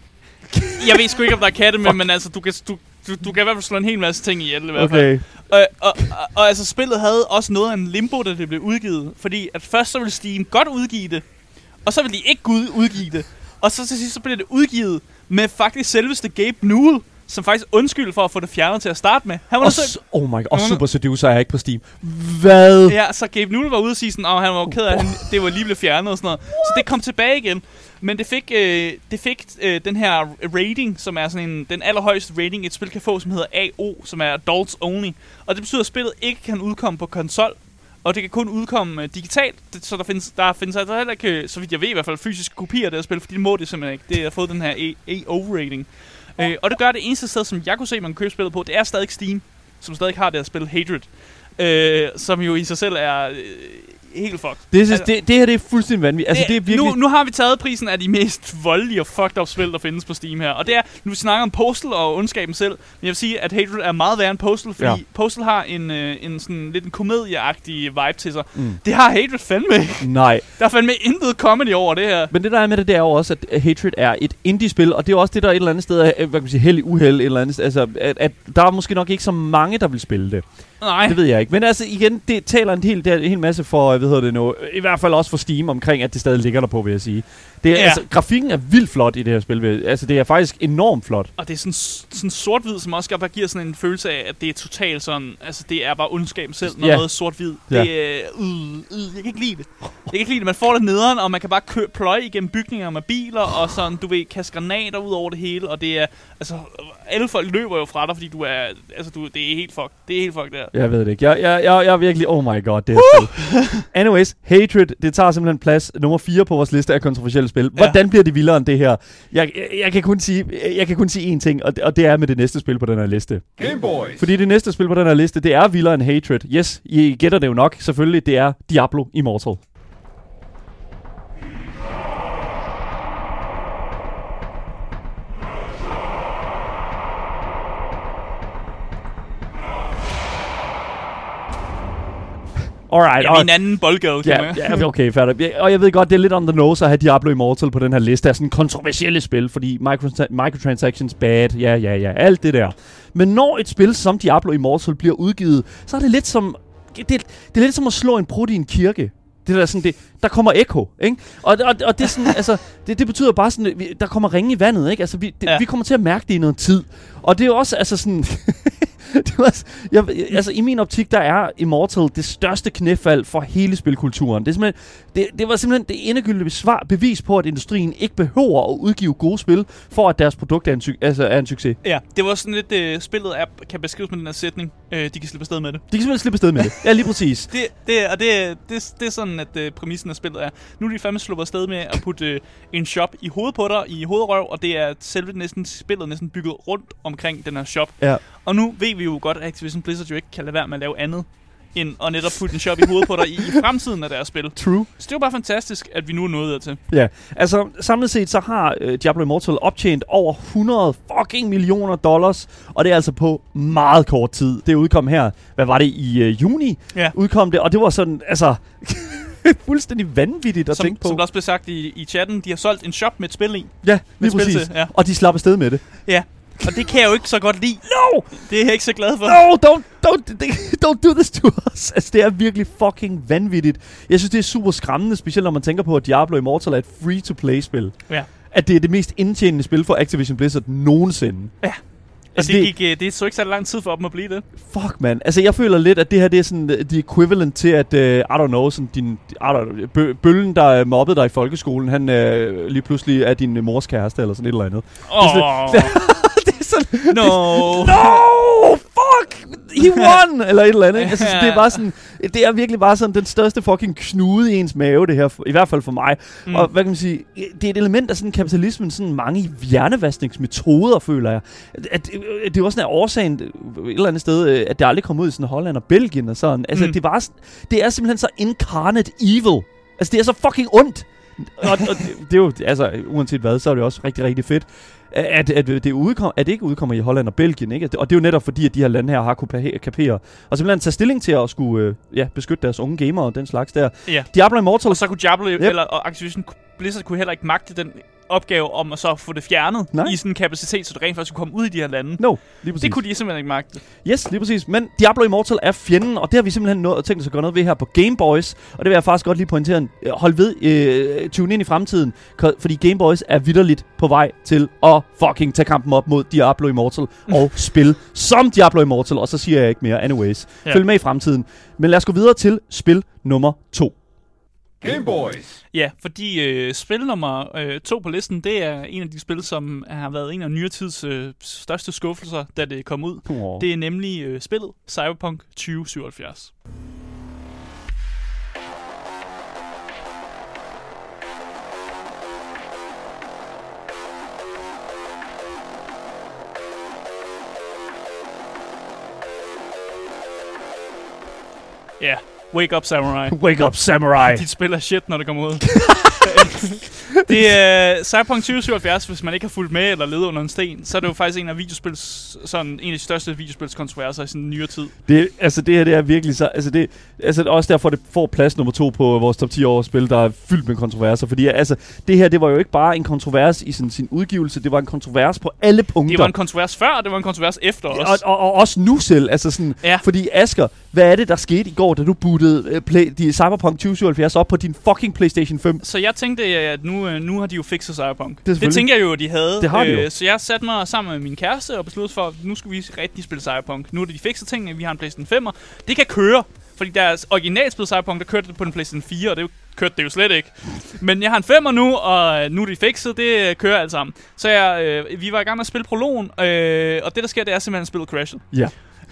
Jeg ved sgu ikke, om der er katte med, men altså, du kan, du, du, du kan i hvert fald slå en hel masse ting ihjel i hvert okay. fald. Og, og, og, og altså, spillet havde også noget af en limbo, da det blev udgivet. Fordi at først så ville Steam godt udgive det, og så ville de ikke udgive det. Og så til sidst så blev det udgivet med faktisk selveste Gabe Newell, som faktisk undskyld for at få det fjernet til at starte med. Han var og så... Oh my god, og Super Seducer er ikke på Steam. Hvad? Ja, så Gabe Newell var ude og sige sådan, at han var ked af, at han, det var lige blevet fjernet og sådan noget. Så det kom tilbage igen. Men det fik, øh, det fik øh, den her rating, som er sådan en, den allerhøjeste rating, et spil kan få, som hedder A O, som er Adults Only. Og det betyder, at spillet ikke kan udkomme på konsol. Og det kan kun udkomme uh, digitalt, det, så der findes, der findes altså heller ikke, så vidt jeg ved i hvert fald, fysiske kopier af det her spil, fordi det må det simpelthen ikke. Det har fået den her A O-rating. Uh, og det gør det eneste sted, som jeg kunne se, man kan købe spillet på, det er stadig Steam, som stadig har det her spil Hatred. Uh, som jo i sig selv er uh, helt fucked. Det, altså, det, det her det er fuldstændig vanvittigt. Altså, det, det er virkelig... nu, nu har vi taget prisen af de mest voldelige og fucked up spil, der findes på Steam her. Og det er, nu vi snakker om Postal og ondskaben selv, men jeg vil sige, at Hatred er meget værre end Postal, fordi ja. Postal har en, øh, en sådan lidt en komedieagtig vibe til sig. Mm. Det har Hatred fandme ikke. Nej. Der er fandme intet comedy over det her. Men det der er med det, det er jo også, at Hatred er et indie-spil, og det er også det, der er et eller andet sted af, hvad kan man sige, held i uheld, et eller andet, altså, at, at der er måske nok ikke så mange, der vil spille det. Nej. Det ved jeg ikke. Men altså igen, det taler en hel, en hel masse for, hvad hedder det nu, i hvert fald også for Steam omkring, at det stadig ligger der på, vil jeg sige. Det er, ja. Altså, grafikken er vildt flot i det her spil. Altså, det er faktisk enormt flot. Og det er sådan, sådan sort-hvid, som også bare giver sådan en følelse af, at det er totalt sådan, altså det er bare ondskaben selv, når ja. noget sort-hvid. Ja. Det er, øh, øh, jeg kan ikke lide det. Jeg kan ikke lide det. Man får det nederen, og man kan bare kø- pløje igennem bygninger med biler, og sådan, du ved, kaste granater ud over det hele, og det er, altså, alle folk løber jo fra dig, fordi du er, altså, du, det er helt fucked. Det er helt fucked der. Jeg ved det ikke. Jeg, jeg, jeg, jeg er virkelig, oh my god, det her spil. Anyways, Hatred, det tager simpelthen plads nummer fire på vores liste af kontroversielle spil. Hvordan ja. bliver det vildere end det her? Jeg, jeg, jeg, kan kun sige, jeg kan kun sige én ting, og det, og det er med det næste spil på den her liste. Game Boys. Fordi det næste spil på den her liste, det er vildere end Hatred. Yes, I gætter det jo nok. Selvfølgelig, det er Diablo Immortal. Alright, ja, en anden boldgade, kan man. Ja, okay, færdig. Og jeg ved godt, det er lidt on the nose at have Diablo Immortal på den her liste af sådan kontroversielle spil, fordi micro- microtransactions bad, ja, ja, ja, alt det der. Men når et spil som Diablo Immortal bliver udgivet, så er det lidt som, det, det er lidt som at slå en brud i en kirke. Det der sådan det, der kommer ekko, ikke? Og, og, og det er sådan, altså, det, det betyder bare sådan, vi, der kommer ringe i vandet, ikke? Altså, vi, det, ja. vi kommer til at mærke det i noget tid. Og det er jo også, altså sådan, det var, jeg, altså i min optik, der er Immortal det største knæfald for hele spilkulturen. Det, er simpelthen, det, det var simpelthen det endegyldige svar, bevis på, at industrien ikke behøver at udgive gode spil, for at deres produkt er en, altså, er en succes. Ja, det var sådan lidt, uh, spillet er, kan beskrives med den her sætning, uh, de kan slippe afsted med det. De kan simpelthen slippe afsted med det, ja lige præcis. det, det, og det, det, det er sådan, at uh, præmissen af spillet er, nu er de fandme sluppet afsted med at putte uh, en shop i hovedet på dig, i hovedrøv, og det er selve næsten, spillet næsten bygget rundt omkring den her shop. Ja. Og nu ved vi jo godt, at Activision Blizzard jo ikke kan lade være med at lave andet, end at netop putte en shop i hovedet på dig i, i fremtiden af deres spil. True. Så det er jo bare fantastisk, at vi nu er nået dertil. Ja, altså samlet set så har uh, Diablo Immortal optjent over hundrede fucking millioner dollars, og det er altså på meget kort tid. Det udkom her, hvad var det, i uh, juni ja. udkom det, og det var sådan, altså... fuldstændig vanvittigt at som, tænke på. Som der også blev sagt i, i chatten, de har solgt en shop med et spil i. Ja, lige præcis. Til, ja. Og de slapper afsted med det. Ja, og det kan jeg jo ikke så godt lide. No! Det er jeg ikke så glad for. No, don't, don't, don't do this to us. Altså, det er virkelig fucking vanvittigt. Jeg synes, det er super skræmmende, specielt når man tænker på, at Diablo Immortal er et free-to-play-spil. Ja. at det er det mest indtjenende spil for Activision Blizzard nogensinde. Ja. Altså, det, det, gik, det så ikke så lang tid for dem at blive det. Fuck, man. Altså, jeg føler lidt, at det her det er sådan the equivalent til, at, uh, I don't know, sådan din, I don't know, bø, bøllen, der mobbede dig i folkeskolen, han uh, lige pludselig er din mors kæreste, eller sådan et eller andet. Åh. Oh. Det er sådan... No! No! Fuck! He won! Eller et eller andet. Jeg synes, det er bare sådan... Det er virkelig bare sådan den største fucking knude i ens mave, det her. I hvert fald for mig. Mm. Og hvad kan man sige? Det er et element af sådan kapitalismen, sådan mange hjernevaskningsmetoder, føler jeg. At, det er også sådan en årsagen et eller andet sted, at det aldrig kom ud i sådan Holland og Belgien og sådan. Altså, mm. det, er bare, det er simpelthen så incarnate evil. Altså, det er så fucking ondt. Og, og det, det er jo, altså, uanset hvad, så er det også rigtig, rigtig fedt. At, at, det udkom, at det ikke udkommer i Holland og Belgien, ikke? Og det er jo netop fordi, at de her lande her har kunne kapere og simpelthen tage stilling til at skulle øh, ja, beskytte deres unge gamere og den slags der. Ja. Diablo Immortal. Og så kunne Diablo yep. eller og Activision Blizzard kunne heller ikke magte den opgave om at så få det fjernet Nej. i sådan en kapacitet, så det rent faktisk kunne komme ud i de her lande. No, lige præcis. Det kunne de simpelthen ikke magte. Yes, lige præcis. Men Diablo Immortal er fjenden, og det har vi simpelthen nået, tænkt os at gøre noget ved her på Game Boys. Og det vil jeg faktisk godt lige pointere. Hold ved, øh, tune ind i fremtiden, fordi Game Boys er vitterligt på vej til at fucking tage kampen op mod Diablo Immortal og spil som Diablo Immortal. Og så siger jeg ikke mere. Anyways, ja. Følg med i fremtiden. Men lad os gå videre til spil nummer to. Game Boys. Ja, fordi øh, spil nummer øh, to på listen, det er en af de spil, som har været en af nyere tids øh, største skuffelser, da det kom ud. Oh. Det er nemlig øh, spillet Cyberpunk tyve syvoghalvfjerds. Ja. Yeah. Wake up, Samurai. Wake up, Samurai. Dit spil er shit, når det kommer ud. Det er Cyberpunk tyve syvoghalvfjerds, hvis man ikke har fulgt med eller ledet under en sten, så er det jo faktisk en af videospils, sådan en af de største videospilskontroverser i sådan en nyere tid. Det, altså det her, det er virkelig så, altså det, altså også derfor, det får plads nummer to på vores top ti års spil, der er fyldt med kontroverser, fordi altså det her, det var jo ikke bare en kontrovers i sådan, sin udgivelse, det var en kontrovers på alle punkter. Det var en kontrovers før, og det var en kontrovers efter også. Og, og, og også nu selv, altså sådan, ja. Fordi Asger, hvad er det, der skete i går, da du bootede uh, play, de Cyberpunk tyve syvoghalvfjerds op på din fucking PlayStation fem? Så jeg tænkte, at nu, nu har de jo fikset Cyberpunk. Det, det tænker jeg jo, at de havde. Det har de jo. Så jeg satte mig sammen med min kæreste og besluttede for, at nu skal vi rigtig spille Cyberpunk. Nu er det de fikset tingene, vi har en PlayStation femmer. Det kan køre, fordi deres originalspil Cyberpunk, der kørte det på en PlayStation fire, og det kørte det jo slet ikke. Men jeg har en femmer nu, og nu er de fikset, det kører alt sammen. Så jeg, øh, vi var i gang med at spille prologen, øh, og det der sker, det er simpelthen, at spillet crashet. Ja.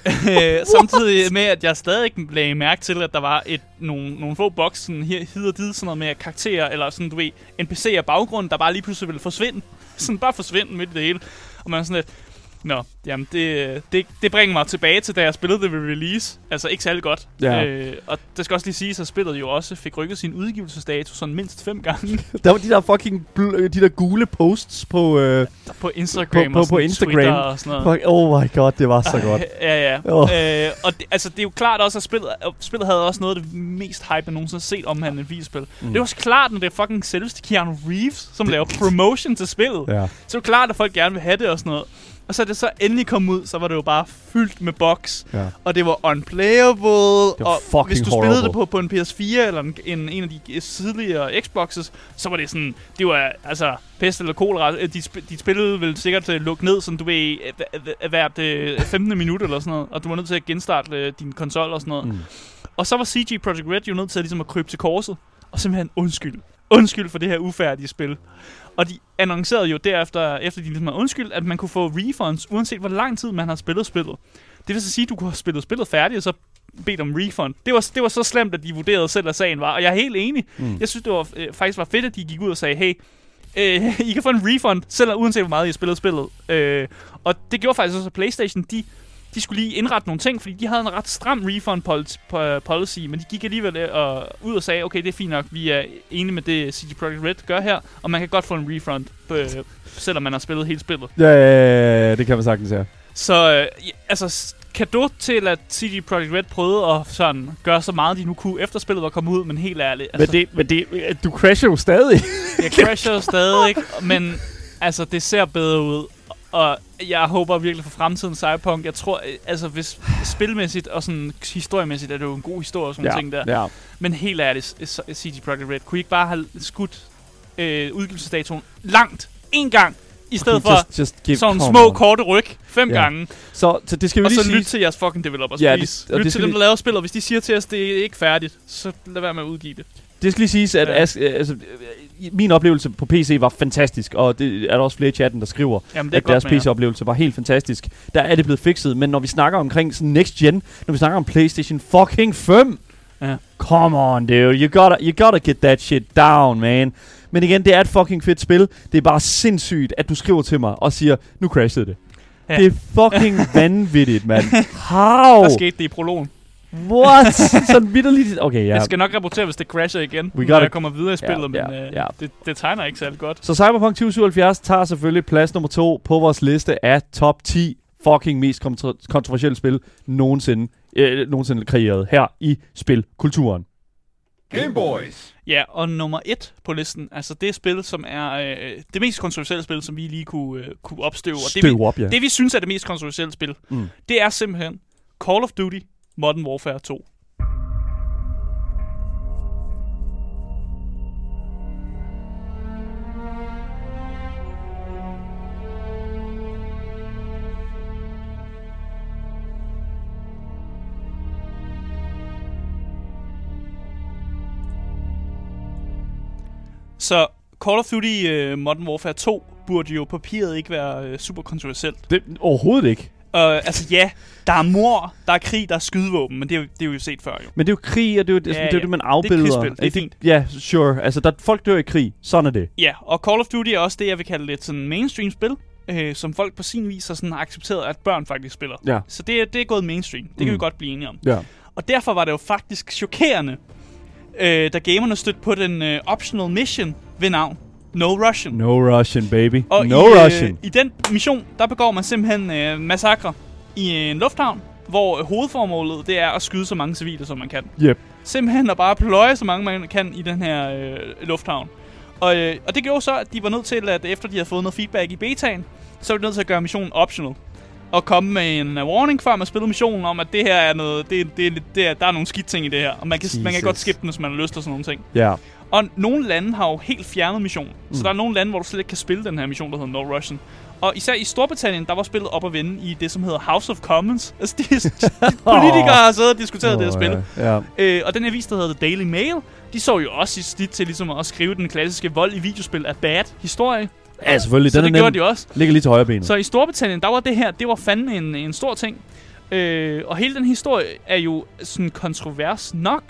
Samtidig med, at jeg stadig lagde mærke til, at der var et, nogle, nogle få boks, sådan her, hid og did, sådan noget med karakterer, eller sådan, du ved, N P C'er baggrunden, der bare lige pludselig ville forsvinde. Sådan bare forsvinde midt i det hele. Og man er sådan lidt, nå, jamen det, det, det bringer mig tilbage til, da jeg spillede det ved release. Altså ikke særlig godt. Ja. Øh, og det skal også lige siges, at spillet jo også fik rykket sin udgivelsesdato sådan mindst fem gange. Der var de der fucking bl- de der gule posts på øh, på Instagram på, og på, på Instagram. Twitter og sådan noget. Oh my god, det var så godt. ja, ja. Oh. Øh, og det, altså det er jo klart også, at spillet, spillet havde også noget af det mest hype, jeg nogensinde har set omhandlet et videospil. Mm. Det er også klart, når det er fucking selveste Keanu Reeves, som laver promotion til spillet. Ja. Så det er jo klart, at folk gerne vil have det og sådan noget. Og så det så endelig kom ud, så var det jo bare fyldt med bugs. Ja. Og det var unplayable. Det var og hvis du horrible. spillede det på, på en P S fire eller en, en, en af de tidligere Xboxes, så var det sådan, det var altså pest eller kolera. De, de spillede vel sikkert uh, lukke ned, sådan du ved, hvert uh, femten minut eller sådan noget. Og du var nødt til at genstarte uh, din konsol og sådan noget. Mm. Og så var C G Projekt Red jo nødt til at, ligesom at krybe til korset. Og simpelthen undskyld. Undskyld for det her ufærdige spil. Og de annoncerede jo derefter, efter de ligesom har undskyldt, at man kunne få refunds, uanset hvor lang tid man har spillet spillet. Det vil så sige, at du kunne have spillet spillet færdigt, og så bedt om refund. Det var, det var så slemt, at de vurderede selv, at sagen var. Og jeg er helt enig. Mm. Jeg synes, det var, øh, faktisk var fedt, at de gik ud og sagde, hey, øh, I kan få en refund, selv uanset hvor meget I har spillet spillet. Øh, og det gjorde faktisk også, at PlayStation, de... De skulle lige indrette nogle ting, fordi de havde en ret stram refund policy, men de gik alligevel uh, ud og sagde, okay, det er fint nok, vi er enige med det, C D Projekt Red gør her, og man kan godt få en refund, uh, selvom man har spillet hele spillet. Ja, ja, ja, det kan man sagtens, ja. Så, uh, ja, altså, cadeau til, at C D Projekt Red prøvede at sådan, gøre så meget, de nu kunne, efter spillet var kommet ud, men helt ærligt. Altså, men, det, men det, du crasher jo stadig. Jeg crasher jo stadig, men altså, det ser bedre ud. Og jeg håber virkelig for fremtiden Cyberpunk. Jeg tror, altså hvis spilmæssigt og sådan historiemæssigt er det jo en god historie og sådan ja, ting der. Ja. Men helt ærligt, C D Projekt Red, kunne I ikke bare have skudt øh, udgivelsesdatoen langt en gang, i stedet Okay, for just, just give, sådan come små, on. korte ryg fem Ja. gange. Så, så det skal vi Og lige så sige. lyt til jeres fucking developers, Ja, please. det- og Lyt det til skal dem, vi- der laver spil, og hvis de siger til os, det er ikke færdigt, så lad være med at udgive det. Det skal lige siges, at Ja. Ask, øh, altså, øh, min oplevelse på P C var fantastisk, og det er der også flere i chatten, der skriver, Jamen, det er at deres godt med P C-oplevelse var helt fantastisk. Der er det blevet fikset, men når vi snakker omkring sådan next gen, når vi snakker om PlayStation fucking fem, Ja. come on, dude, you gotta, you gotta get that shit down, man. Men igen, det er et fucking fedt spil. Det er bare sindssygt, at du skriver til mig og siger, nu crashede det. Ja. Det er fucking vanvittigt, mand. How? Der skete det i prologen. What? Sådan vitterligt. Okay, ja. Jeg skal nok rapportere, hvis det crasher igen, We når gotta- jeg kommer videre i spillet, Ja, men ja, øh, ja. Det, det tegner ikke særlig godt. Så Cyberpunk tyve syvoghalvfjerds tager selvfølgelig plads nummer to på vores liste af top ti fucking mest kontro- kontroversielle spil nogensinde, øh, nogensinde kreeret her i spilkulturen. Game Boys. Ja, og nummer et på listen, altså det spil, som er øh, det mest kontroversielle spil, som vi lige kunne, øh, kunne opstøve. Og det, vi, Støv op, ja. det vi synes er det mest kontroversielle spil, Mm. det er simpelthen Call of Duty Modern Warfare to. Så Call of Duty uh, Modern Warfare to burde jo på papiret ikke være uh, super kontroversielt. Det, overhovedet ikke. Uh, altså ja, der er mord, der er krig, der er skydevåben, men det er, jo, det er jo set før jo. Men det er jo krig, og det er jo det, Ja, ja, det, er jo ja. det man Det er afbilder. krigsspil, det er fint. Ja, sure. Altså, der, folk dør i krig. Sådan er det. Ja, og Call of Duty er også det, jeg vil kalde et sådan mainstream spil, øh, som folk på sin vis har sådan accepteret, at børn faktisk spiller. Ja. Så det er, det er gået mainstream. Det kan Mm. vi godt blive enige om. Ja. Og derfor var det jo faktisk chokerende, øh, da gamerne stødte på den øh, optional mission ved navn No Russian. No Russian, baby. Og no i, Russian. Øh, i den mission, der begår man simpelthen øh, massakre i en lufthavn, hvor øh, hovedformålet det er at skyde så mange civile, som man kan. Yep. Simpelthen at bare pløje så mange, man kan i den her øh, lufthavn. Og, øh, og det gjorde så, at de var nødt til, at efter de havde fået noget feedback i betaen, så var de nødt til at gøre missionen optional. Og komme med en uh, warning før man spillede missionen om, at det her er noget, det, det, det, det er, der er nogle skidt ting i det her. Og man kan, man kan Jesus. godt skippe den, hvis man har lyst til sådan nogle ting. Ja. Og nogle lande har jo helt fjernet missionen. Mm. Så Mm. der er nogle lande, hvor du slet ikke kan spille den her mission, der hedder No Russian. Og især i Storbritannien, der var spillet op at vende i det, som hedder House of Commons. Altså, de, de politikere har siddet og diskuteret oh, det her spil. Ja. Ja. Øh, og den her vis, der hedder The Daily Mail, de så jo også i snit til ligesom at skrive den klassiske vold i videospil er bad historie. Ja, selvfølgelig. Så Den det er gjorde nem. de også. Ligger lige til højre benet. Så i Storbritannien, der var det her, det var fandme en, en stor ting. Øh, og hele den historie er jo sådan kontrovers nok.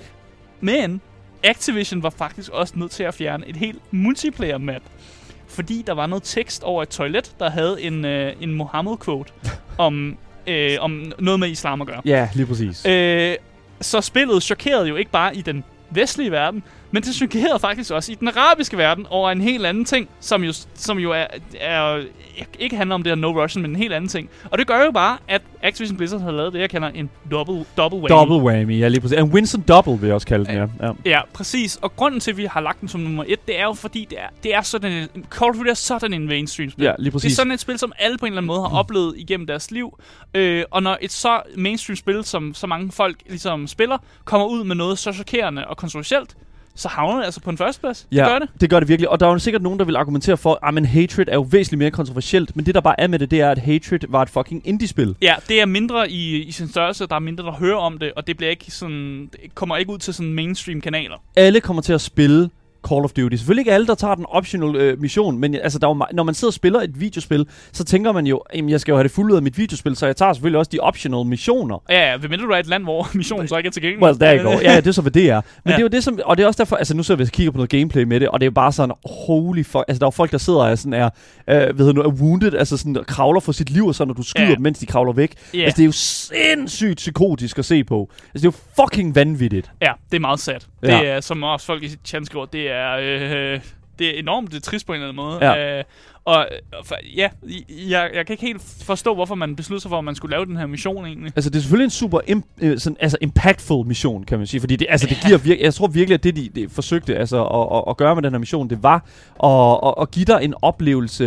Men Activision var faktisk også nødt til at fjerne et helt multiplayer map. Fordi der var noget tekst over et toilet, der havde en, øh, en Mohammed-quote om, øh, om noget med islam at gøre. Ja, lige præcis. Øh, så spillet chokerede jo ikke bare i den vestlige verden, men det chokerede faktisk også i den arabiske verden over en helt anden ting, som jo, som jo er, er, ikke handler om det her No Russian, men en helt anden ting. Og det gør jo bare, at Activision Blizzard har lavet det, jeg kalder en double, double whammy. Double whammy, ja lige præcis. En Winston Double vil jeg også kalde den, ja. ja. Ja, præcis. Og grunden til, at vi har lagt den som nummer et, det er jo fordi, det er, det er sådan en, Call of Duty er sådan en mainstream-spil. Ja, lige Det er præcis. sådan et spil, som alle på en eller anden måde har oplevet igennem deres liv. Øh, og når et så mainstream-spil, som så mange folk ligesom spiller, kommer ud med noget så chokerende og kontroversielt, så havner det altså på en førsteplads. Ja, Det gør det. det gør det virkelig. Og der er jo sikkert nogen, der vil argumentere for, at men Hatred er jo væsentligt mere kontroversielt. Men det, der bare er med det, det er, at Hatred var et fucking indie-spil. Ja, det er mindre i, i sin størrelse, der er mindre, der hører om det, og det bliver ikke sådan, det kommer ikke ud til sådan mainstream-kanaler. Alle kommer til at spille Call of Duty. Selvfølgelig ikke alle, der tager den optional øh, mission, men altså, der er jo, ma- når man sidder og spiller et videospil, så tænker man jo, jamen, jeg skal jo have det fuldt ud af mit videospil, så jeg tager selvfølgelig også de optional missioner. Ja, ja, ved mindre du er et land, hvor missionen så ikke er tilgængelig. Well, der går. Ja, det er så, hvad det er. Men Ja. ja. det er jo det, som... Og det er også derfor... Altså, nu sidder vi og kigger på noget gameplay med det, og det er jo bare sådan... Holy fuck... Altså, der er jo folk, der sidder og er sådan er... Øh, hvad hedder nu, er wounded, altså sådan der kravler for sit liv, og så når du skyder Ja. dem, mens de kravler væk. Ja. Altså, det er jo sindssygt psykotisk at se på. Altså, det er jo fucking vanvittigt. Ja, det er meget sad. Ja. Det er, som også folk i chat skriver, det er, øh, det er enormt det er trist på en eller anden måde. Ja. Øh, og og for, ja, jeg, jeg kan ikke helt forstå, hvorfor man besluttede sig for, at man skulle lave den her mission egentlig. Altså, det er selvfølgelig en super im- øh, sådan, altså, impactful mission, kan man sige. Fordi det, altså, det giver virkelig... Jeg tror virkelig, at det, de, de forsøgte altså, at, at, at gøre med den her mission, det var at, at, at give dig en oplevelse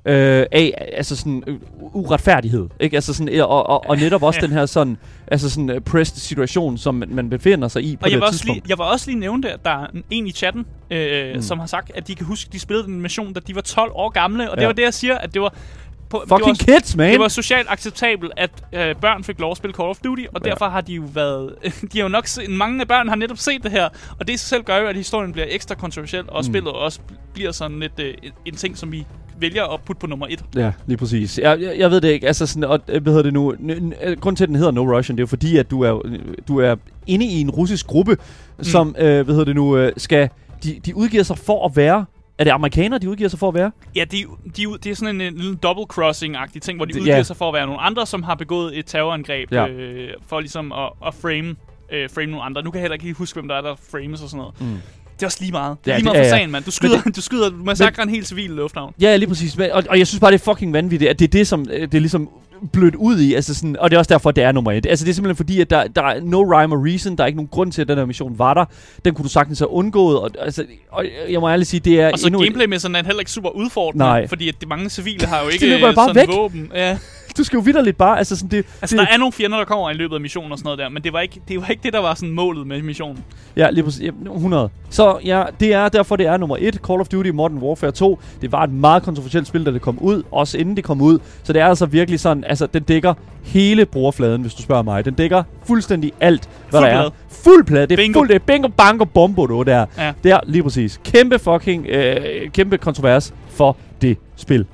øh, af altså sådan øh, uretfærdighed, ikke? Altså sådan og, og, og netop også ja. den her sådan altså sådan uh, pressed situation, som man, man befinder sig i på og det jeg tidspunkt. Lige, jeg var også lige nævne der, der er en i chatten, øh, mm. som har sagt, at de kan huske, at de spillede den mission, da de var tolv år gamle, og ja. det var det, jeg siger, at det var på, fucking det var, kids, man! Det var socialt acceptabelt, at øh, børn fik lov at spille Call of Duty, og ja. derfor har de jo været... de har jo nok set, mange af børn har netop set det her, og det i sig selv gør jo, at historien bliver ekstra kontroversiel, og mm. spillet også bliver sådan lidt øh, en ting, som vi vælger at putte på nummer et. Ja, lige præcis. Jeg, jeg, jeg ved det ikke. Altså sådan, og, hvad hedder det nu? Grunden til, at den hedder No Russian, det er jo fordi, at du er, du er inde i en russisk gruppe, mm. som, øh, hvad hedder det nu, skal... De, de udgiver sig for at være... Er det amerikanere, de udgiver sig for at være? Ja, de, de, det er sådan en, en lille double-crossing-agtig ting, hvor de udgiver ja. sig for at være nogle andre, som har begået et terrorangreb, ja. øh, for ligesom at, at frame, øh, frame nogle andre. Nu kan jeg heller ikke huske, hvem der er, der frames og sådan noget. Mm. Det er også lige meget. Det er ja, lige meget for ja, ja. sagen, mand. Du skyder, det, du skyder, du massakrer en helt civil lufthavn. Ja, lige præcis. Og, og jeg synes bare, det er fucking vanvittigt, at det er det, som det er ligesom blødt ud i. Altså sådan, og det er også derfor, det er nummer et. Altså det er simpelthen fordi, at der, der er no rhyme or reason. Der er ikke nogen grund til, at den her mission var der. Den kunne du sagtens have undgået. Og, altså, og jeg må ærligt sige, det er og så gameplay-mæssigt er heller ikke super udfordrende. Nej. Fordi at de mange civile har jo ikke sådan væk. våben. Ja. Du skal jo vitterligt bare, altså sådan det... Altså det, der er nogle fjender, der kommer i løbet af missionen og sådan noget der, men det var ikke det, var ikke det der var sådan målet med missionen. Ja, lige præcis. hundrede. Så ja, det er derfor, det er nummer et. Call of Duty Modern Warfare to. Det var et meget kontroversielt spil, da det kom ud. Også inden det kom ud. Så det er altså virkelig sådan, altså den dækker hele brugerfladen, hvis du spørger mig. Den dækker fuldstændig alt, hvad Fuld der plade. er. Fuld plade. Det er bingo. fuld, det er bingo, bango, bombo, du der. Ja. Det er lige præcis. Kæmpe fucking, øh, kæmpe kontrovers for det spil.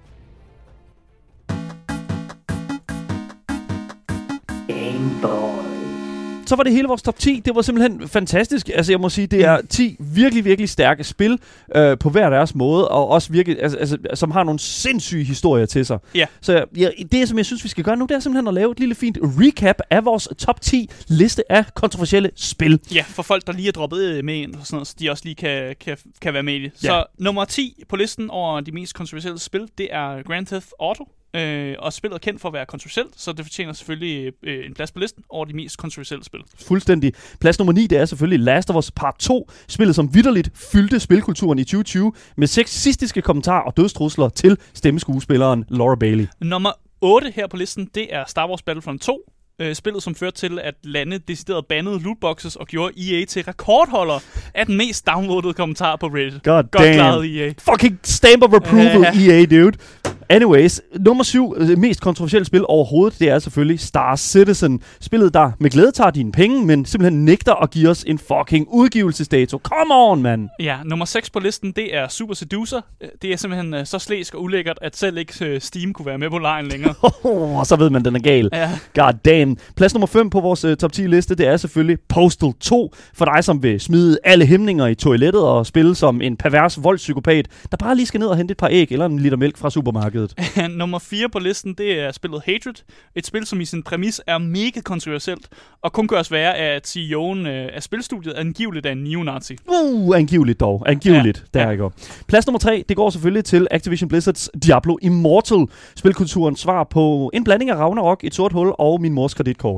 Så var det hele vores top ti. Det var simpelthen fantastisk. Altså jeg må sige, det er ti virkelig, virkelig stærke spil øh, på hver deres måde, og også virkelig, altså, altså, som har nogle sindssyge historier til sig. Ja. Så ja, det, som jeg synes, vi skal gøre nu, det er simpelthen at lave et lille fint recap af vores top ti liste af kontroversielle spil. Ja, for folk, der lige er droppet med ind, og sådan noget, så de også lige kan, kan, kan være med i det. Ja. Så nummer ti på listen over de mest kontroversielle spil, det er Grand Theft Auto. Øh, og spillet er kendt for at være kontroversielt, så det fortjener selvfølgelig øh, en plads på listen over de mest kontroversielle spil. Fuldstændig. Plads nummer ni, det er selvfølgelig Last of Us Part to, spillet som vitterligt fyldte spilkulturen i tyve tyve med sexistiske kommentarer og dødstrusler til stemmeskuespilleren Laura Bailey. Nummer otte her på listen, det er Star Wars Battlefront to. Øh, spillet, som førte til, at lande decideret bandede lootboxes og gjorde E A til rekordholder af den mest downloadede kommentar på Reddit. God Godt damn. klaret, E A. Fucking stamp of approval, uh, E A, dude. Anyways, nummer syv, det mest kontroversielle spil overhovedet, det er selvfølgelig Star Citizen. Spillet, der med glæde tager dine penge, men simpelthen nægter at give os en fucking udgivelsesdato. Come on, man! Ja, nummer seks på listen, det er Super Seducer. Det er simpelthen uh, så slæsk og ulækkert, at selv ikke uh, Steam kunne være med på lejen længere. Og så ved man, den er gal. Ja. God damn. Plads nummer fem på vores uh, top ti liste, det er selvfølgelig Postal to. For dig, som vil smide alle hæmninger i toilettet og spille som en pervers voldspsykopat, der bare lige skal ned og hente et par æg eller en liter mælk fra supermarkedet. Nummer fire på listen, det er spillet Hatred. Et spil, som i sin præmis er mega kontroversielt, og kun gøres være af, at C E O'en af spilstudiet angiveligt er en neonazi. Uh, angiveligt dog. Angiveligt. Ja. Der ja. går. Plads nummer tre, det går selvfølgelig til Activision Blizzards Diablo Immortal. Spilkulturens svar på en blanding af Ragnarok, et sort hul og min mors kreditkort.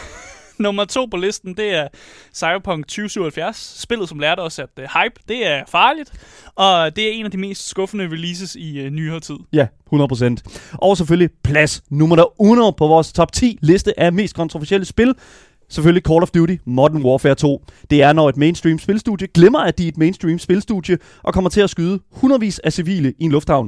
Nummer to på listen, det er Cyberpunk tyve syvoghalvfjerds. Spillet, som lærte os, at uh, hype, det er farligt. Og det er en af de mest skuffende releases i uh, nyere tid. Ja, hundrede procent. Og selvfølgelig plads nummer hundrede på vores top ti liste af mest kontroversielle spil. Selvfølgelig Call of Duty Modern Warfare to. Det er, når et mainstream spilstudie glemmer, at de er et mainstream spilstudie, og kommer til at skyde hundredvis af civile i en lufthavn.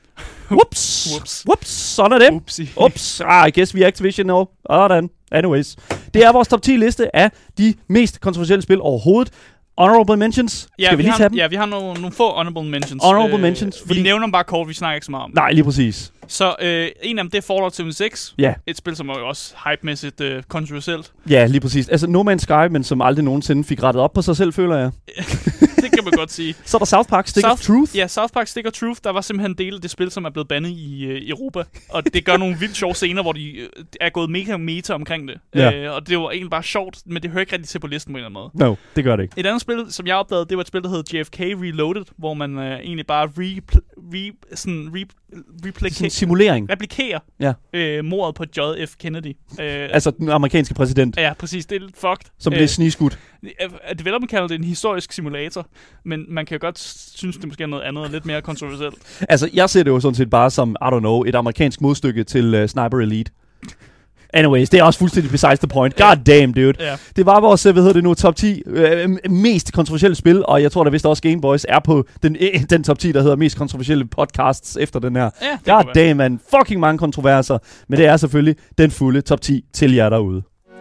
Whoops! Whoops! Whoops! Sådan er det. Oopsie. Oops! Ah, I guess we are Activision now. Sådan. Anyways. Det er vores top ti liste af de mest kontroversielle spil overhovedet. Honorable mentions. Ja, Skal vi, vi lige har, tage dem? Ja, vi har nogle, nogle få honorable mentions. Honorable øh, mentions. Vi nævner dem bare kort, vi snakker ikke så meget om. Nej, lige præcis. Så øh, en af dem, det er Fallout seventy-six. Ja. Et spil, som er jo også hype-mæssigt øh, kontroversielt. Ja, lige præcis. Altså No Man's Sky, men som aldrig nogensinde fik rettet op på sig selv, føler jeg. Det kan man godt sige. Så er der South Park Stick South, of Truth. Ja, South Park Stick of Truth. Der var simpelthen dele af det spil, som er blevet bandet i øh, Europa. Og det gør nogle vildt sjove scener, hvor de øh, er gået mega meta omkring det. Ja. Øh, og det var egentlig bare sjovt, men det hører ikke rigtig til på listen på en eller anden måde. No, det gør det ikke. Et andet spil, som jeg opdagede, det var et spil, der hed J F K Reloaded, hvor man øh, egentlig bare re- re, sådan re, Sådan en replicate, simulering. replikere Ja. øh, mordet på John F. Kennedy. Øh, Altså den amerikanske præsident, ja, præcis. Det er lidt fucked. som blev snigskudt. Øh, developer kalder det en historisk simulator, men man kan jo godt synes, det måske er noget andet og lidt mere kontroversielt. Altså, jeg ser det jo sådan set bare som, I don't know, et amerikansk modstykke til uh, Sniper Elite. Anyways, det er også fuldstændig besides the point. God damn, dude. Ja. Det var vores, hvad hedder det nu, top ti øh, mest kontroversielle spil, og jeg tror da vist også Game Boys er på den, øh, den top ti, der hedder mest kontroversielle podcasts efter den her. Ja, det God kunne være. damn, man. Fucking mange kontroverser. Men det er selvfølgelig den fulde top ti til jer derude.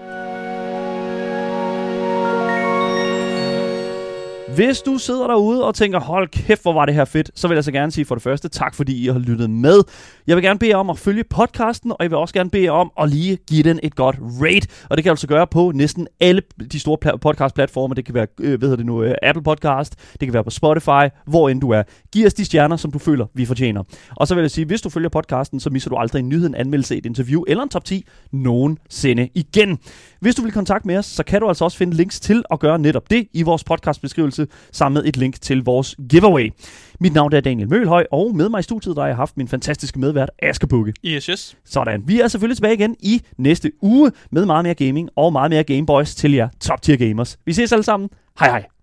Hvis du sidder derude og tænker, hold kæft, hvor var det her fedt, så vil jeg så gerne sige for det første, tak fordi I har lyttet med. Jeg vil gerne bede jer om at følge podcasten, og jeg vil også gerne bede jer om at lige give den et godt rate. Og det kan du altså gøre på næsten alle de store pla- podcast-platformer. Det kan være, øh, hvad hedder det nu, øh, Apple Podcast, det kan være på Spotify, hvor end du er. Giv os de stjerner, som du føler, vi fortjener. Og så vil jeg sige, hvis du følger podcasten, så misser du aldrig en nyhed, en anmeldelse, et interview eller en top ti nogensinde igen. Hvis du vil kontakte med os, så kan du altså også finde links til at gøre netop det i vores podcastbeskrivelse, sammen med et link til vores giveaway. Mit navn er Daniel Mølhøj, og med mig i studiet, der har jeg haft min fantastiske medvært, Asger Bukke. Yes, yes. Sådan. Vi er selvfølgelig tilbage igen i næste uge med meget mere gaming og meget mere Game Boys til jer top tier gamers. Vi ses alle sammen. Hej hej.